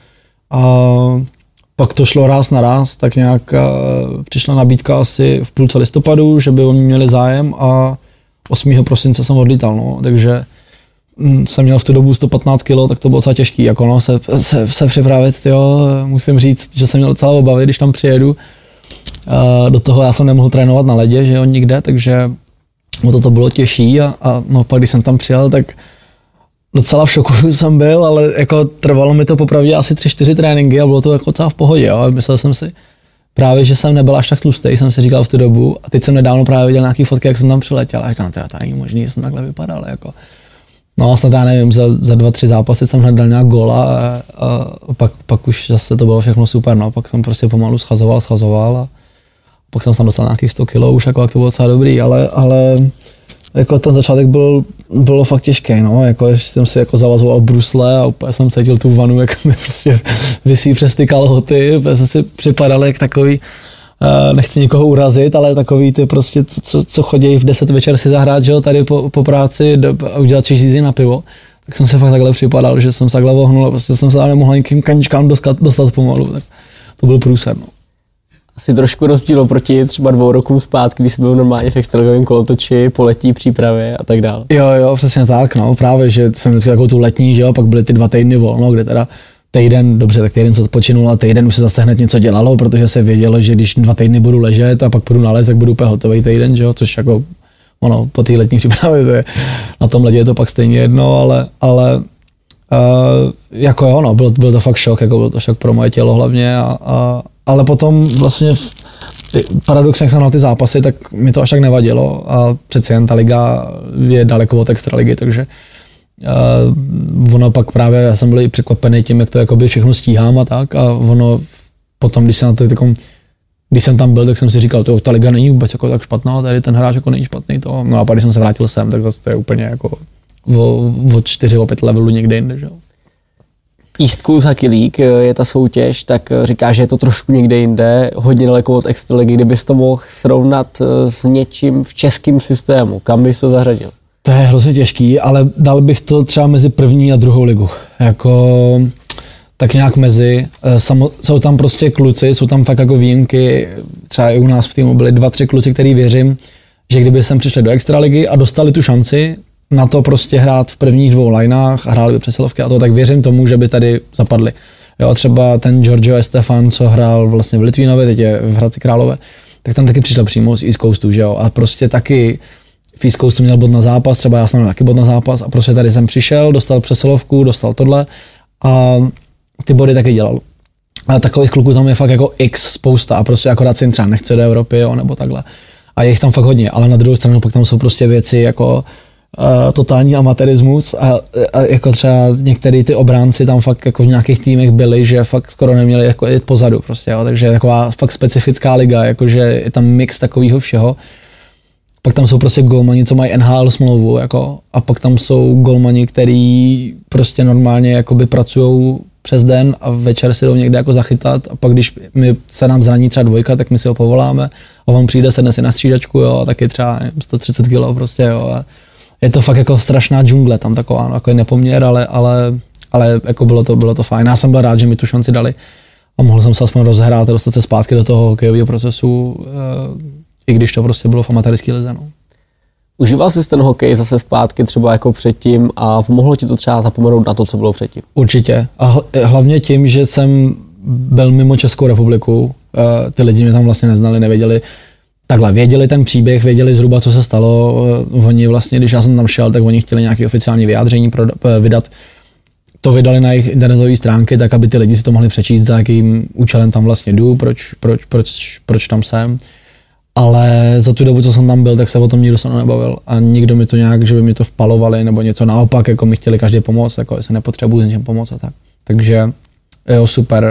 Speaker 3: pak to šlo ráz na ráz, tak nějak přišla nabídka asi v půlce listopadu, že by oni měli zájem a 8. prosince jsem odlítal, no, takže jsem měl v tu dobu 115 kg, tak to bylo docela těžký, jako no, se připravit, jo, musím říct, že jsem měl docela obavy, když tam přijedu, do toho já jsem nemohl trénovat na ledě, že jo, nikde, takže to bylo těžší a no, pak když jsem tam přijel, tak docela v šoku jsem byl, ale jako trvalo mi to popravdě asi 3-4 tréninky a bylo to jako docela v pohodě, jo. Myslel jsem si právě, že jsem nebyl až tak tlustý, jsem si říkal v tu dobu a teď jsem nedávno právě viděl nějaký fotky, jak jsem tam přiletěl a říkám, to není možný, že jsem takhle vypadal, jako. No snad já nevím, za 2-3 zápasy jsem hned dal nějak gól a pak už zase to bylo všechno super, no, pak jsem prostě pomalu schazoval a pak jsem tam dostal nějakých 100 kg už, jako, jak to bylo docela dobrý, ale jako ten začátek bylo fakt těžký, no, jako jsem si jako zavazoval brusle a úplně jsem cítil tu vanu, jak mi prostě visí přes ty kalhoty, úplně jsem si připadal jak takový, nechci nikoho urazit, ale takový ty prostě, co chodí v 10 večer si zahrát, že jo, tady po práci a udělat 3 řízení na pivo, tak jsem se fakt takhle připadal, že jsem se takhle vohnul a prostě jsem se tam nemohl nikým kaničkám dostat pomalu, tak to byl průser, no.
Speaker 1: Asi trošku rozdíl oproti třeba 2 rokům zpátky, když jsi byl normálně v extraligovém kolotoči, po letní přípravě a tak dále. Jo, přesně tak, no, právě, že jsem vždycky jako tu letní, že jo, pak byly ty 2 týdny volno, kde teda týden, dobře, tak týden se odpočinul a týden už se zase hned něco dělalo, protože se vědělo, že když 2 týdny budu ležet a pak půjdu na les, tak budu úplně hotový týden, že jo, což jako, ono, po té letní přípravě, to je, na tom ledě je to pak stejně jedno, ale jako jo, no, byl to fakt šok, jako byl to šok pro moje tělo hlavně ale potom vlastně paradoxně, jak jsem na ty zápasy, tak mi to až tak nevadilo a přeci jen ta liga je daleko od extraligy, takže ono pak právě, já jsem byl i překvapený tím, jak to jakoby všechno stíhám a tak a ono potom, když jsem tam byl, tak jsem si říkal, ta liga není vůbec jako tak špatná, tady ten hráč jako není špatný to, no a pak když jsem se vrátil sem, tak zase to je úplně jako o 4-5 levelů někde jinde, že jo. East Coast Hockey League je ta soutěž, tak říká, že je to trošku někde jinde, hodně daleko od extraligy. Kdybys to mohl srovnat s něčím v českém systému, kam bys to zařadil?
Speaker 3: To je hrozně těžký, ale dal bych to třeba mezi první a druhou ligu. Jako tak nějak mezi. Jsou tam prostě kluci, jsou tam fakt jako výjimky. Třeba i u nás v týmu byli 2-3 kluci, který věřím, že kdyby sem přišli do extraligy a dostali tu šanci na to prostě hrát v prvních 2 lineách a hráli by přesilovky a to, tak věřím tomu, že by tady zapadli. Jo, třeba ten Giorgio Estefan, co hrál vlastně v Litvínově, teď je v Hradci Králové, tak tam taky přišel přímo z East Coastu, že jo, a prostě taky v East Coastu měl bod na zápas, třeba já jsem měl taky bod na zápas a prostě tady jsem přišel, dostal přesilovku, dostal tohle a ty body taky dělal. A takových kluků tam je fakt jako x spousta a prostě akorát si třeba nechce do Evropy, jo, nebo takhle. A je jich tam fakt hodně, ale na druhou stranu pak tam jsou prostě věci jako totální amatérismus a jako třeba některý ty obránci tam fakt jako v nějakých týmech byli, že fakt skoro neměli jako jít pozadu prostě, jo, takže taková fakt specifická liga, jakože je tam mix takového všeho. Pak tam jsou prostě golmani, co mají NHL smlouvu, jako, a pak tam jsou golmani, který prostě normálně jakoby pracujou přes den a večer si jdou někde jako zachytat a pak když se nám zraní třeba 2, tak my si ho povoláme a on přijde, sedne si na střídačku, jo, a taky třeba 130 kg prostě, jo, a je to fakt jako strašná džungle tam taková, no, jako je nepoměr, ale jako bylo to fajn. Já jsem byl rád, že mi tu šanci dali a mohl jsem se aspoň rozhrát a dostat se zpátky do toho hokejového procesu, i když to prostě bylo v amatérské lize. No.
Speaker 1: Užíval jsi ten hokej zase zpátky třeba jako předtím a pomohlo ti to třeba zapomenout na to, co bylo předtím?
Speaker 3: Určitě. A hlavně tím, že jsem byl mimo Českou republiku, ty lidi mě tam vlastně neznali, nevěděli. Takhle, věděli ten příběh, věděli zhruba, co se stalo. Oni vlastně, když já jsem tam šel, tak oni chtěli nějaké oficiální vyjádření vydat. To vydali na jejich internetové stránky, tak aby ty lidi si to mohli přečíst, za jakým účelem tam vlastně jdu, proč tam jsem. Ale za tu dobu, co jsem tam byl, tak se o tom nikdo se nebavil a nikdo mi to nějak, že by mi to vpalovali nebo něco naopak, jako mi chtěli každý pomoct, jako se nepotřebuji s něčím pomoct a tak. Takže jo, super.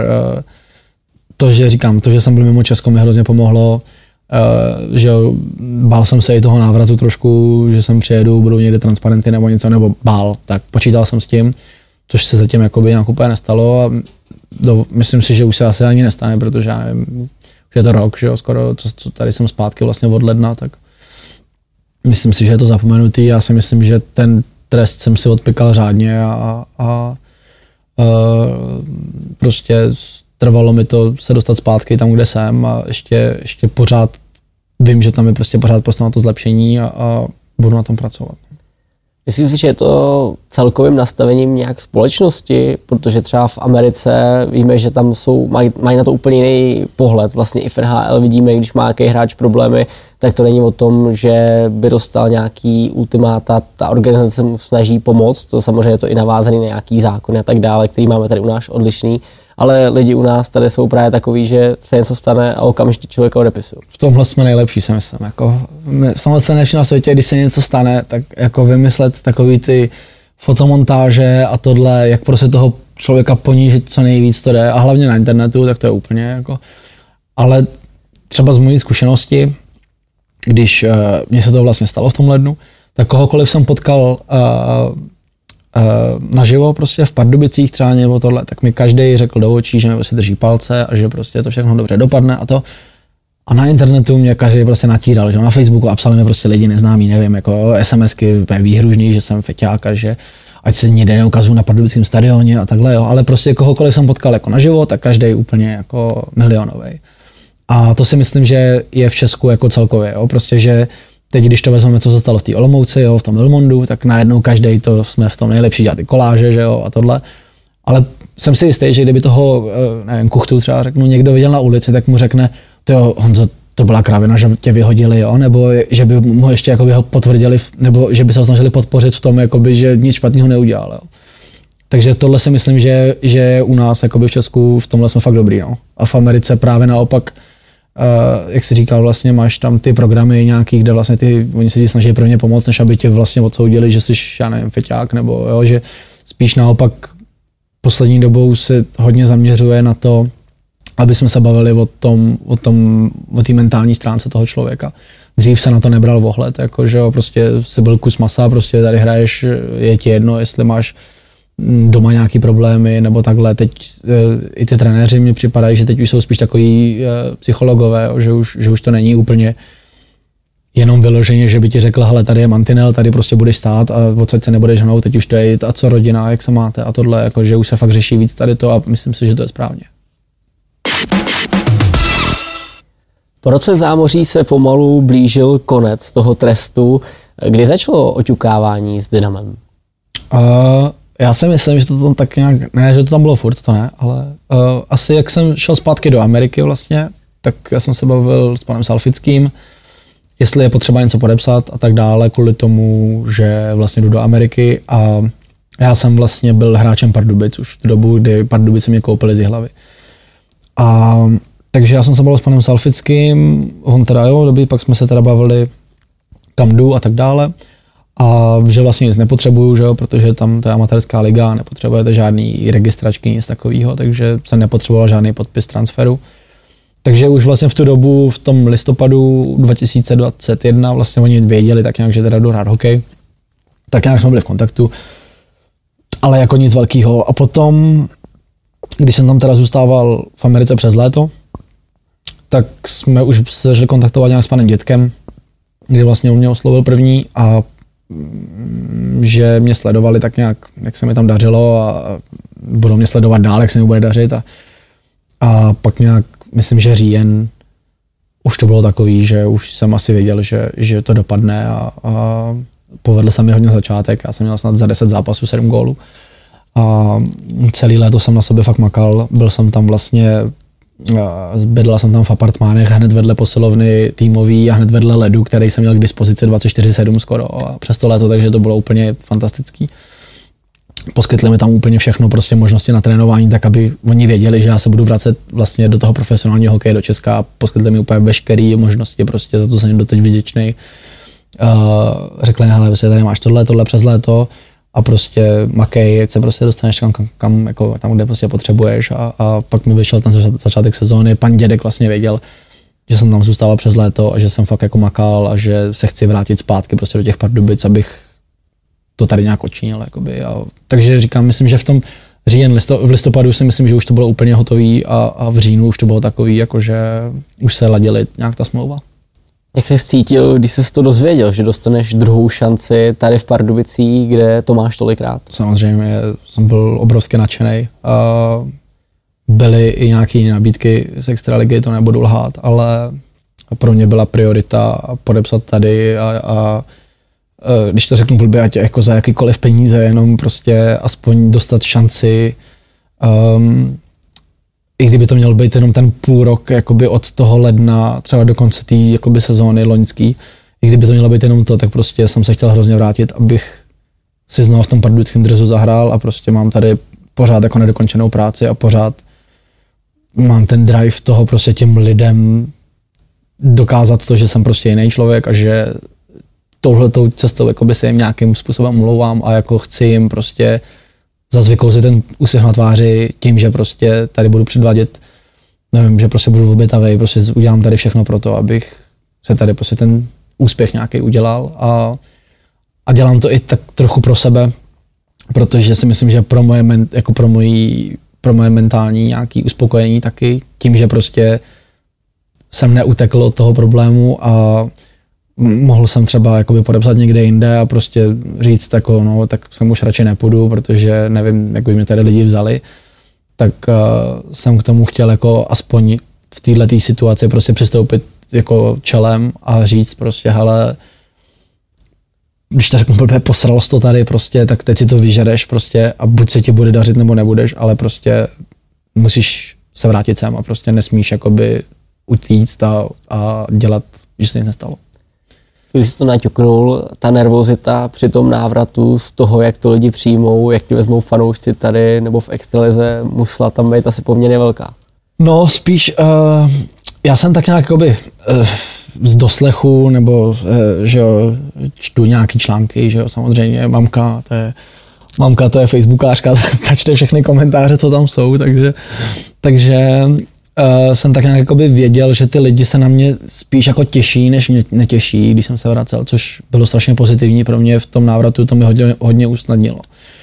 Speaker 3: To, že jsem byl mimo Česko, mi hrozně pomohlo. Že bál jsem se i toho návratu trošku, že sem přijedu, budou někde transparenty nebo něco, nebo tak počítal jsem s tím, což se zatím jakoby nějak úplně nestalo a myslím si, že už se asi ani nestane, protože já nevím, už je to rok, že jo, skoro, co tady jsem zpátky vlastně od ledna, tak myslím si, že je to zapomenutý, já si myslím, že ten trest jsem si odpykal řádně a prostě trvalo mi to se dostat zpátky tam, kde jsem a ještě pořád vím, že tam je prostě pořád prostor na to zlepšení a budu na tom pracovat.
Speaker 1: Myslím si, že je to celkovým nastavením nějak společnosti, protože třeba v Americe víme, že tam mají na to úplně jiný pohled. Vlastně i v NHL vidíme, když má nějaký hráč problémy, tak to není o tom, že by dostal nějaký ultimáta, ta organizace mu snaží pomoct, to samozřejmě je to i navázaný na nějaký zákony a tak dále, který máme tady u nás odlišný. Ale lidi u nás tady jsou právě takový, že se něco stane a okamžitě člověka odepisují. V
Speaker 3: tomhle jsme nejlepší, si myslím. Jako, v tomhle jsme nejlepší na světě, když se něco stane, tak jako vymyslet takový ty fotomontáže a tohle, jak prostě toho člověka ponížit co nejvíc to jde. A hlavně na internetu, tak to je úplně jako. Ale třeba z mojí zkušenosti, když mně se to vlastně stalo v tom lednu, tak kohokoliv jsem potkal naživo prostě v Pardubicích třeba nebo tohle, tak mi každý řekl do očí, že mi prostě drží palce a že prostě to všechno dobře dopadne a to. A na internetu mě každý prostě natíral, že na Facebooku a psali mi prostě lidi neznámí, nevím, jako SMSky výhružný, že jsem feťák a že ať se někde neukazuju na Pardubickém stadioně a takhle, jo, ale prostě kohokoliv jsem potkal jako naživo, tak každý úplně jako milionovej. A to si myslím, že je v Česku jako celkově, jo, prostě, že teď, když to vezmeme, co se stalo v té Olomouci, jo, v tom Ilmondu, tak najednou každý to jsme v tom nejlepší, dělat ty koláže, že jo, a tohle. Ale jsem si jistý, že kdyby toho, nevím, kuchtu třeba řeknu, někdo viděl na ulici, tak mu řekne, jo, Honzo, to byla kravina, že tě vyhodili, jo, nebo že by mu ještě jakoby ho potvrdili, nebo že by se ho snažili podpořit v tom, jakoby, že nic špatného neudělal, jo. Takže tohle si myslím, že u nás jakoby v Česku v tomhle jsme fakt dobrý, no. A v Americe právě naopak, jak jsi říkal, vlastně máš tam ty programy nějaký, kde vlastně oni se ti snaží pro ně pomoct, než aby tě vlastně odsoudili, že jsi, já nevím, feťák, nebo jo, že spíš naopak poslední dobou se hodně zaměřuje na to, aby jsme se bavili o té mentální stránce toho člověka. Dřív se na to nebral ohled, jako že jo, prostě jsi byl kus masa, prostě tady hraješ, je ti jedno, jestli máš doma nějaký problémy nebo takhle. Teď i ty trenéři mi připadají, že teď už jsou spíš takový psychologové, že už to není úplně jenom vyloženě, že by ti řekl, hele, tady je mantinel, tady prostě budeš stát a odsaď se nebudeš hnout, teď už to je a co rodina, jak se máte a tohle, jako, že už se fakt řeší víc tady to a myslím si, že to je správně.
Speaker 1: Po roce zámoří se pomalu blížil konec toho trestu. Kdy začalo oťukávání s Dynamem?
Speaker 3: Já si myslím, že to tam tak nějak, ne, že to tam bylo furt, to ne, ale asi jak jsem šel zpátky do Ameriky vlastně, tak já jsem se bavil s panem Salfickým, jestli je potřeba něco podepsat a tak dále, kvůli tomu, že vlastně jdu do Ameriky a já jsem vlastně byl hráčem Pardubic už v tu dobu, kdy Pardubice mě koupili z Jihlavy. A takže já jsem se bavil s panem Salfickým, on teda dobrý, pak jsme se teda bavili, kam jdu a tak dále. A že vlastně nic nepotřebuju, že jo, protože tam to je amatérská liga, nepotřebujete žádný registračky, nic takového, takže jsem nepotřeboval žádný podpis transferu. Takže už vlastně v tu dobu, v tom listopadu 2021 vlastně oni věděli tak nějak, že teda jdu hrát hokej. Tak nějak jsme byli v kontaktu, ale jako nic velkého. A potom, když jsem tam teda zůstával v Americe přes léto, tak jsme už se začali kontaktovat nějak s panem Dětkem, kdy vlastně on mě oslovil první a že mě sledovali tak nějak, jak se mi tam dařilo a budou mě sledovat dál, jak se mi bude dařit a pak nějak, myslím, že říjen už to bylo takový, že už jsem asi věděl, že to dopadne a povedl se mi hodně začátek, já jsem měl snad za 10 zápasů 7 gólů a celý léto jsem na sobě fakt makal, byl jsem tam vlastně, bydlel jsem tam v apartmánech hned vedle posilovny týmový a hned vedle ledu, který jsem měl k dispozici 24/7 skoro a přes to léto, takže to bylo úplně fantastický. Poskytli mi tam úplně všechno, prostě možnosti na trénování, tak aby oni věděli, že já se budu vracet vlastně do toho profesionálního hokeje do Česka a poskytli mi úplně veškeré možnosti, prostě za to jsem jim doteď vděčnej. Řekli, hele, prostě tady máš tohle přes léto a prostě makej, se prostě dostaneš kam jako tam, kde prostě potřebuješ a pak mi vyšel ten začátek sezóny. Pan Dědek vlastně věděl, že jsem tam zůstával přes léto a že jsem fakt jako makal a že se chci vrátit zpátky prostě do těch Pardubic, abych to tady nějak odčinil, jakoby. Takže říkám, myslím, že v tom v listopadu si myslím, že už to bylo úplně hotový a v říjnu už to bylo takový, jakože už se ladili nějak ta smlouva.
Speaker 1: Jak jsi cítil, když jsi to dozvěděl, že dostaneš druhou šanci tady v Pardubicích, kde to máš tolikrát?
Speaker 3: Samozřejmě jsem byl obrovsky nadšenej. Byly i nějaké nabídky z extraligy, to nebudu lhát, ale pro mě byla priorita podepsat tady a když to řeknu blbě, ať jako za jakýkoliv peníze, jenom prostě aspoň dostat šanci. I kdyby to měl být jenom ten půl rok jakoby od toho ledna třeba do konce té jakoby sezóny loňský, i kdyby to mělo být jenom to, tak prostě jsem se chtěl hrozně vrátit, abych si znovu v tom pardubickém dresu zahrál a prostě mám tady pořád jako nedokončenou práci a pořád mám ten drive toho prostě těm lidem dokázat to, že jsem prostě jiný člověk a že touhletou cestou jakoby se jim nějakým způsobem omlouvám a jako chci jim prostě zazvykou si ten úsměv na tváři tím, že prostě tady budu předvádět, nevím, že prostě budu obětavej, prostě udělám tady všechno pro to, abych se tady prostě ten úspěch nějaký udělal a dělám to i tak trochu pro sebe, protože si myslím, že pro moje mentální nějaké uspokojení taky tím, že prostě jsem neutekl od toho problému a mohl jsem třeba jakoby podepsat někde jinde a prostě říct jako, no, tak jsem už radši nepůjdu, protože nevím, jak by mě tady lidi vzali, tak jsem k tomu chtěl jako aspoň v této situaci prostě přistoupit jako čelem a říct prostě, hele, když to řeknu blbě, posral jsi to tady prostě, tak teď si to vyžereš prostě a buď se ti bude dařit nebo nebudeš, ale prostě musíš se vrátit sem a prostě nesmíš jakoby utíct a dělat, že se nic nestalo.
Speaker 1: Když jsi to naťuknul, ta nervozita při tom návratu z toho, jak to lidi přijmou, jak ti vezmou fanoušci tady nebo v extralize, musela tam být asi poměrně velká. No
Speaker 3: spíš, já jsem tak nějak jakoby z doslechu, nebo že jo, čtu nějaký články, že jo, samozřejmě mamka, to je facebookářka, ta čte všechny komentáře, co tam jsou, takže jsem tak nějak jakoby věděl, že ty lidi se na mě spíš jako těší, než mě netěší, když jsem se vracel, což bylo strašně pozitivní pro mě v tom návratu, to mi hodně usnadnilo.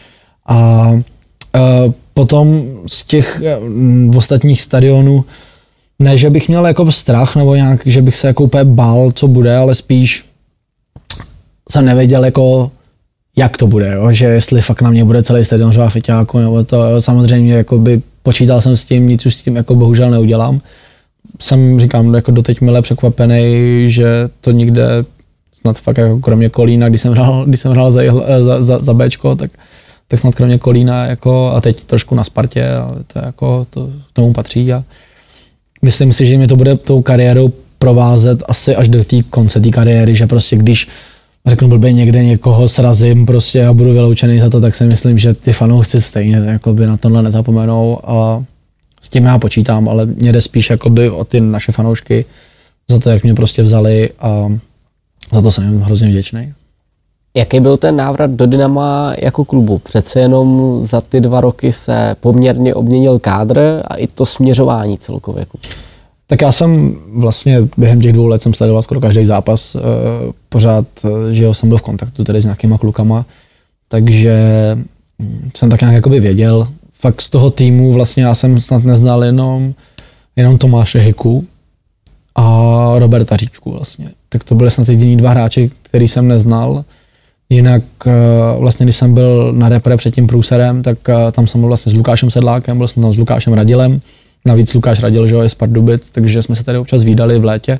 Speaker 3: A potom z těch ostatních stadionů, ne, že bych měl jako strach, nebo nějak, že bych se jako úplně bál, co bude, ale spíš jsem nevěděl, jako, jak to bude, jo? Že jestli fakt na mě bude celý stadion řvát feťáku, nebo to, jo? Samozřejmě jakoby, počítal jsem s tím, nic už s tím jako bohužel neudělám. Jsem, říkám, jako doteď mile překvapený, že to nikde, snad fakt jako kromě Kolína, když jsem hrál za Bčko, tak snad kromě Kolína, jako, a teď trošku na Spartě, ale to, jako, to tomu patří. A myslím si, že mě to bude tou kariérou provázet asi až do té konce té kariéry, že prostě když řeknu blbě někde někoho srazím prostě a budu vyloučený za to, tak si myslím, že ty fanoušci stejně jakoby na tohle nezapomenou a s tím já počítám, ale mě jde spíš jakoby o ty naše fanoušky za to, jak mě prostě vzali a za to jsem jim hrozně vděčný.
Speaker 1: Jaký byl ten návrat do Dynama jako klubu? Přece jenom za ty 2 roky se poměrně obměnil kádr a i to směřování celkově.
Speaker 3: Tak já jsem vlastně během těch 2 let jsem sledoval skoro každý zápas, pořád, že jsem byl v kontaktu tady s nějakýma klukama, takže jsem tak nějak jakoby věděl. Fakt z toho týmu vlastně já jsem snad neznal jenom Tomáše Hiku a Roberta Říčku vlastně. Tak to byly snad jediný 2 hráči, který jsem neznal. Jinak vlastně, když jsem byl na repre před tím průserem, tak tam jsem byl vlastně s Lukášem Sedlákem, byl jsem tam s Lukášem Radilem. Navíc Lukáš Radil, že je z Pardubic, takže jsme se tady občas vídali v létě.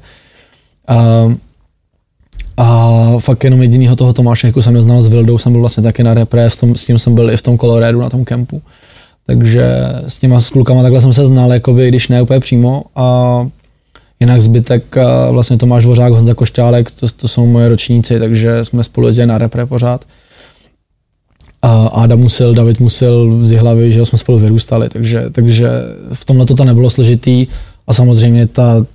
Speaker 3: A fakt jenom jedinýho toho Tomáše Hiku jsem neznal, s Vildou jsem byl vlastně taky na repre, s tím jsem byl i v tom Coloradu na tom kempu. Takže s klukama takhle jsem se znal, jakoby, když ne úplně přímo. A jinak zbytek, vlastně Tomáš Dvořák, Honza Košťálek, to jsou moje ročníci, takže jsme spolu jezdili na repre pořád. A Adam Musil, David Musil z Jihlavy, že jsme spolu vyrůstali, takže v tomhle to nebylo složitý a samozřejmě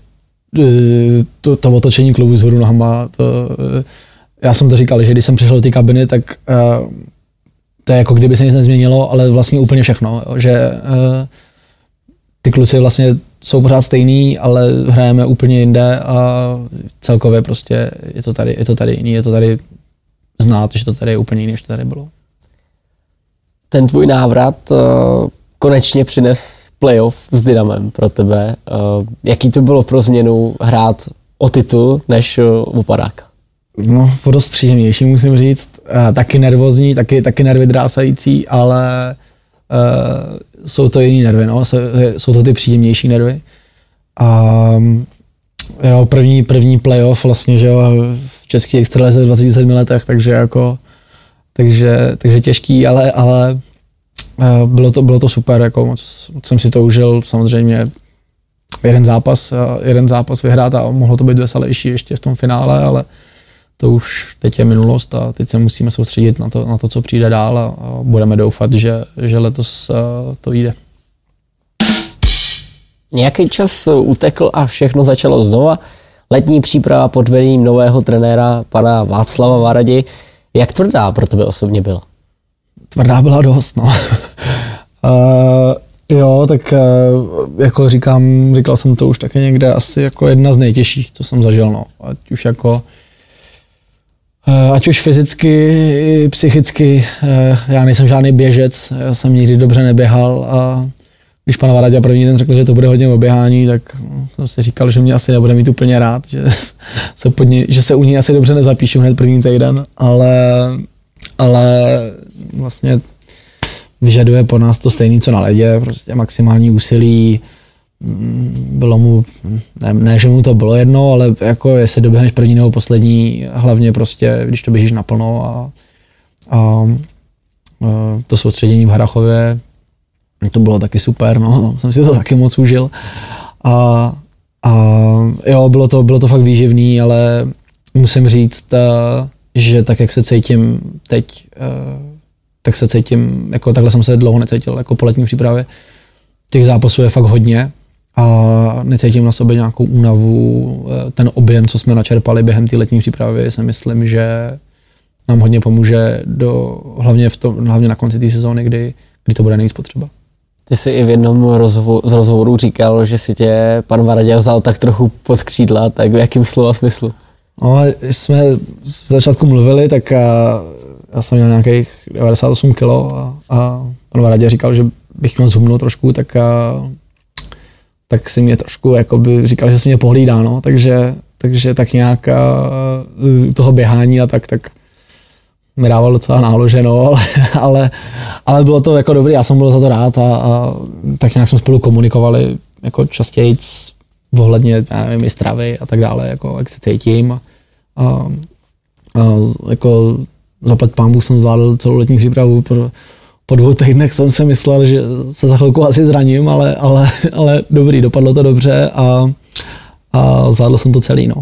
Speaker 3: to otočení klubu z horu nohama, já jsem to říkal, že když jsem přišel do té kabiny, tak to je jako kdyby se nic nezměnilo, ale vlastně úplně všechno, že ty kluci vlastně jsou pořád stejný, ale hrajeme úplně jinde a celkově prostě je to tady jiný, je to tady znát, že to tady je úplně jiný, než to tady bylo.
Speaker 1: Ten tvůj návrat konečně přines playoff s Dynamem pro tebe. Jaký to bylo pro změnu hrát o titul než u padáka?
Speaker 3: No, o dost příjemnější, musím říct. Taky nervózní, taky nervy drásající, ale jsou to jiný nervy, no. Jsou to ty příjemnější nervy. A jo, první playoff vlastně, že jo, v české extralize v 27 letech, takže těžký, ale bylo to super, jako moc jsem si to užil, samozřejmě jeden zápas vyhrát a mohlo to být veselější ještě v tom finále, ale to už teď je minulost a teď se musíme soustředit na to co přijde dál a budeme doufat, že letos to vyjde.
Speaker 1: Nějaký čas utekl a všechno začalo znova. Letní příprava pod vedením nového trenéra, pana Václava Varadi. Jak tvrdá pro tebe osobně byla?
Speaker 3: Tvrdá byla dost, no. Jo, tak jako říkal jsem to už taky někde, asi jako jedna z nejtěžších, co jsem zažil, no. Ať už fyzicky, psychicky, já nejsem žádný běžec, já jsem nikdy dobře neběhal a když pan Varadě první den řekl, že to bude hodně o běhání, tak jsem si říkal, že mě asi nebude mít úplně rád, že se u ní asi dobře nezapíšu hned první týden, ale vlastně vyžaduje po nás to stejný, co na ledě, prostě maximální úsilí. Bylo mu, ne, že mu to bylo jedno, ale jako jestli doběhneš první nebo poslední, hlavně prostě, když to běžíš naplno a to soustředění v Harrachově, to bylo taky super, no, jsem si to taky moc užil. A jo, bylo to fakt výživný, ale musím říct, že tak, jak se cítím teď, tak se cítím, jako takhle jsem se dlouho necítil, jako po letní přípravě. Těch zápasů je fakt hodně a necítím na sobě nějakou únavu. Ten objem, co jsme načerpali během té letní přípravy, si myslím, že nám hodně pomůže hlavně na konci té sezóny, kdy to bude nejvíc potřeba.
Speaker 1: Ty jsi i v jednom z rozhovorů říkal, že si tě pan Varadě vzal tak trochu pod křídla, tak v jakém slova smyslu?
Speaker 3: No, jsme z začátku mluvili, tak já jsem měl nějakých 98 kg a pan Varadě říkal, že bych měl zhubnout trošku, tak si mě trošku jakoby říkal, že si mě pohlídá, no, takže tak nějak toho běhání a tak mi dával docela nálože, no, ale bylo to jako dobrý, já jsem byl za to rád a tak nějak jsme spolu komunikovali jako častěji ohledně, já nevím, i stravy a tak dále, jako jak se cítím a jako zaplať pánbůh jsem zvládl celou letní přípravu. Po 2 týdnech jsem si myslel, že se za chvilku asi zraním, ale dobrý, dopadlo to dobře a zvládl jsem to celý, no.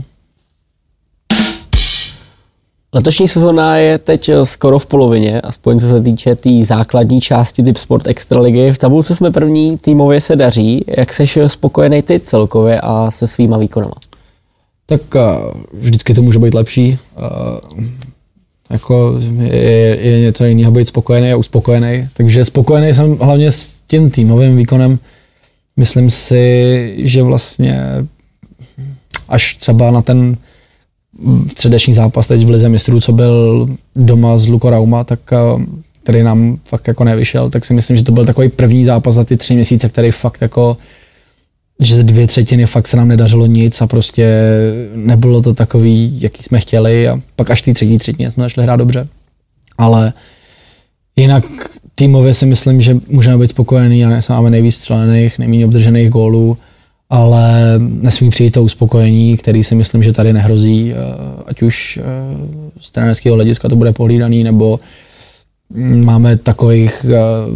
Speaker 1: Letošní sezóna je teď skoro v polovině, aspoň co se týče té základní části Tip Sport Extraligy. V tabulce jsme první, týmově se daří. Jak seš spokojený ty celkově a se svýma výkonama?
Speaker 3: Tak vždycky to může být lepší. Jako je něco jiného být spokojený a uspokojený. Takže spokojený jsem hlavně s tím týmovým výkonem. Myslím si, že vlastně až třeba na ten středeční zápas teď v Lize mistrů, co byl doma s Luko Rauma, tak který nám fakt jako nevyšel, tak si myslím, že to byl takový první zápas za ty 3 měsíce, který fakt jako, že 2/3 fakt se nám nedařilo nic a prostě nebylo to takový, jaký jsme chtěli a pak až v té 3/3 jsme začali hrát dobře. Ale jinak týmově si myslím, že můžeme být spokojení a máme nejvíc střelených, nejméně obdržených gólů, ale nesmí přijít to uspokojení, který si myslím, že tady nehrozí, ať už z trenérského hlediska to bude pohlídaný, nebo máme takových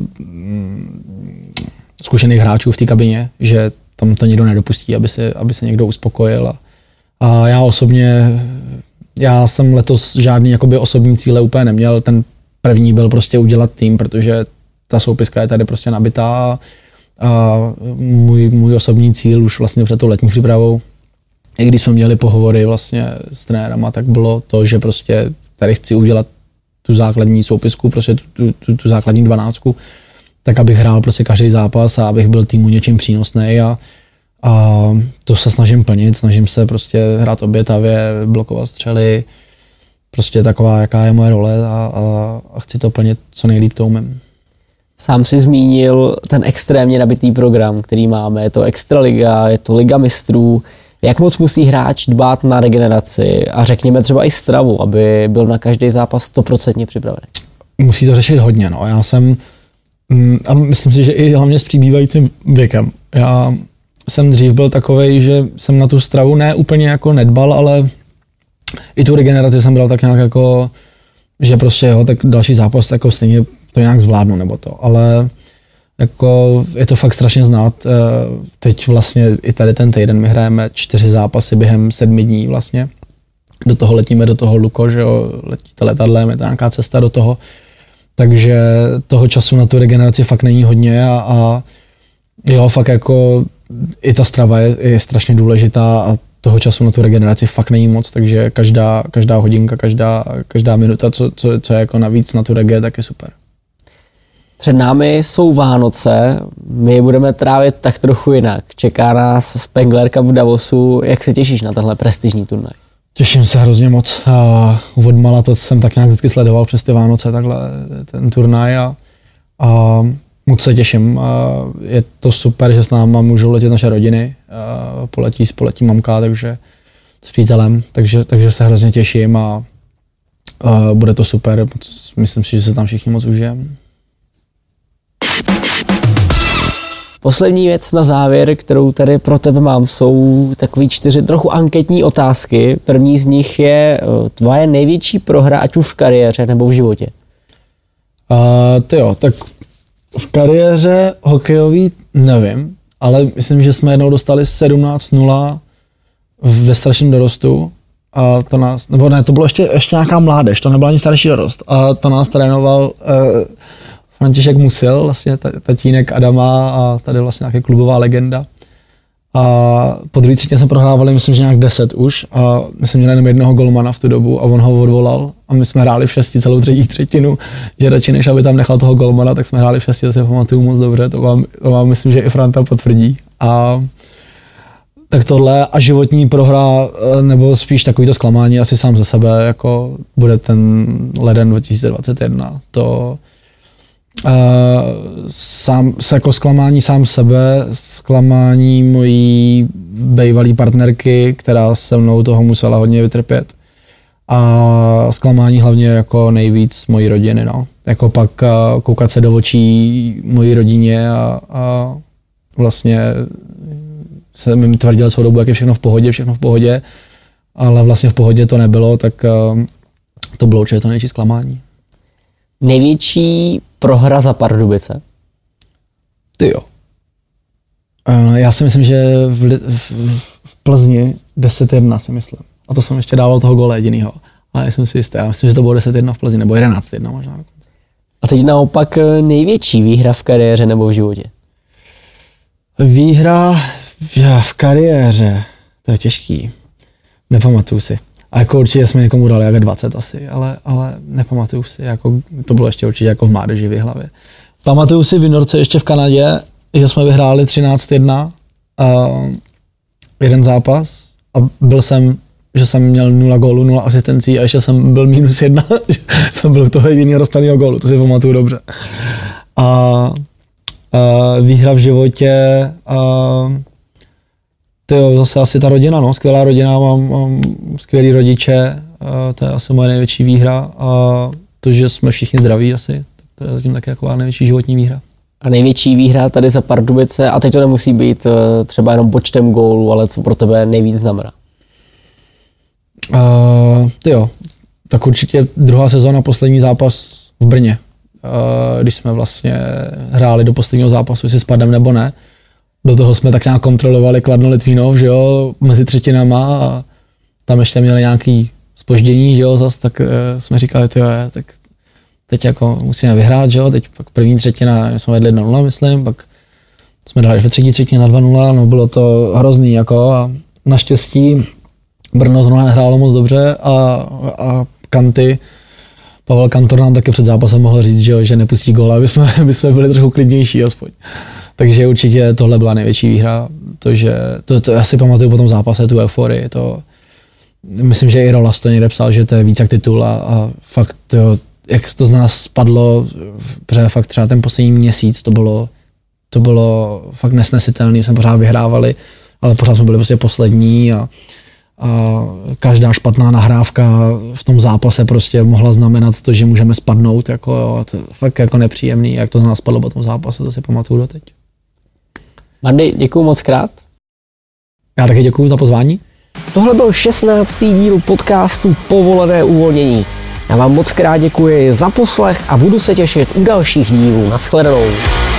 Speaker 3: zkušených hráčů v té kabině, že tam to nikdo nedopustí, aby se někdo uspokojil. A já osobně, já jsem letos žádný jakoby osobní cíle úplně neměl, ten první byl prostě udělat tým, protože ta soupiska je tady prostě nabitá a můj osobní cíl už vlastně před tou letní přípravou, i když jsme měli pohovory vlastně s trenérama, tak bylo to, že prostě tady chci udělat tu základní soupisku, prostě tu základní 12, tak abych hrál prostě každý zápas a abych byl týmu něčím přínosný a to se snažím plnit, snažím se prostě hrát obětavě, blokovat střely, prostě taková, jaká je moje role a chci to plnit co nejlíp to umím.
Speaker 1: Sám si zmínil ten extrémně nabitý program, který máme, je to Extraliga, je to Liga mistrů. Jak moc musí hráč dbát na regeneraci a řekněme třeba i stravu, aby byl na každý zápas 100% připravený?
Speaker 3: Musí to řešit hodně, no. Já jsem, a myslím si, že i hlavně s přibývajícím věkem. Já jsem dřív byl takovej, že jsem na tu stravu ne úplně jako nedbal, ale i tu regeneraci jsem bral tak nějak jako, že prostě tak další zápas jako stejně to nějak zvládnu nebo to, ale jako je to fakt strašně znát. Teď vlastně i tady ten týden my hrajeme 4 zápasy během 7 dní vlastně. Do toho letíme do toho Luko, že jo, letíte letadlem, je to nějaká cesta do toho. Takže toho času na tu regeneraci fakt není hodně a jo, fakt jako i ta strava je strašně důležitá a toho času na tu regeneraci fakt není moc, takže každá hodinka, každá minuta, co je jako navíc na tu rege, tak je super.
Speaker 1: Před námi jsou Vánoce, my je budeme trávit tak trochu jinak. Čeká nás Spengler Cup v Davosu. Jak se těšíš na tenhle prestižní turnaj?
Speaker 3: Těším se hrozně moc. Odmala to jsem tak nějak vždycky sledoval přes ty Vánoce, takhle ten turnaj a moc se těším. Je to super, že s náma můžou letět naše rodiny. Poletí mamka, takže s přítelem, takže se hrozně těším a bude to super. Myslím si, že se tam všichni moc užijeme.
Speaker 1: Poslední věc na závěr, kterou tady pro tebe mám, jsou takový 4 trochu anketní otázky. První z nich je tvoje největší prohra, ať už v kariéře nebo v životě.
Speaker 3: Tak v kariéře hokejový nevím, ale myslím, že jsme jednou dostali 17-0 ve starším dorostu a to nás, nebo ne, to bylo ještě nějaká mládež, to nebyla ani starší dorost a to nás trénoval František Musil, vlastně tatínek Adama a tady vlastně nějaká klubová legenda. A po druhé třetině jsme prohrávali, myslím, že nějak 10 už a my jsme měli jenom jednoho golmana v tu dobu a on ho odvolal a my jsme hráli v 6 celou třetí třetinu, že radši než aby tam nechal toho golmana, tak jsme hráli v 6, to si pamatuju moc dobře, to vám myslím, že i Franta potvrdí. A Tak tohle a životní prohra, nebo spíš takovýto zklamání asi sám ze sebe, jako bude ten leden 2021. To jako zklamání sám sebe, zklamání mojí bývalý partnerky, která se mnou toho musela hodně vytrpět. A zklamání hlavně jako nejvíc mojí rodiny, no. Jako pak koukat se do očí mojí rodině a vlastně jsem jim tvrdil celou dobu, jak je všechno v pohodě, ale vlastně v pohodě to nebylo, tak to bylo určitě to největší zklamání.
Speaker 1: Největší prohra za Pardubice?
Speaker 3: Ty jo. Já si myslím, že v Plzni 10-1 si myslím. A to jsem ještě dával toho góla jedinýho. Ale jsem si jistý, já myslím, že to bylo 10-1 v Plzni, nebo 11-1 možná dokonce.
Speaker 1: A teď naopak největší výhra v kariéře nebo v životě?
Speaker 3: Výhra v kariéře, to je těžký. Nepamatuju si. A jako určitě jsme někomu dali jak 20 asi, ale nepamatuju si, jako to bylo ještě určitě jako v mládeži v hlavě. Pamatuju si v juniorce ještě v Kanadě, že jsme vyhráli 13-1 jeden zápas a byl jsem, že jsem měl 0 gólů, 0 asistencí a ještě jsem byl -1, že jsem byl toho jediného dostaného gólu, to si pamatuju dobře. A výhra v životě, to je zase asi ta rodina, no, skvělá rodina, mám skvělý rodiče, to je asi moje největší výhra a to, že jsme všichni zdraví asi, to je zatím taky taková největší životní výhra.
Speaker 1: A největší výhra tady za Pardubice, a teď to nemusí být třeba jenom počtem gólů, ale co pro tebe nejvíc znamená?
Speaker 3: Jo, tak určitě druhá sezóna, poslední zápas v Brně, když jsme vlastně hráli do posledního zápasu, jestli spadem nebo ne. Do toho jsme tak nějak kontrolovali Kladno Litvínov, že jo, mezi třetinama a tam ještě měli nějaký zpoždění, že jo, zas, tak jsme říkali, tak teď jako musíme vyhrát, že jo, teď pak první třetina, jsme vedli 1-0, myslím, pak jsme dali ve třetí třetině na 2-0, no bylo to hrozný, jako a naštěstí Brno zrovna nehrálo moc dobře a Kanty, Pavel Kantor nám taky před zápasem mohl říct, že nepustí góla, aby jsme byli trochu klidnější aspoň. Takže určitě tohle byla největší výhra, to já si pamatuju po tom zápase, tu euforii, to myslím, že i Rolas to někde psal, že to je víc jak titul a fakt, jak to z nás spadlo, protože fakt třeba ten poslední měsíc, to bylo fakt nesnesitelný, jsme pořád vyhrávali, ale pořád jsme byli prostě poslední a každá špatná nahrávka v tom zápase prostě mohla znamenat to, že můžeme spadnout, jako, a to fakt jako nepříjemný, jak to z nás spadlo po tom zápase, to si pamatuju doteď.
Speaker 1: Mandy, děkuju moc krát.
Speaker 3: Já taky děkuju za pozvání.
Speaker 1: Tohle byl 16. díl podcastu Povolené uvolnění. Já vám moc krát děkuji za poslech a budu se těšit u dalších dílů. Nashledanou.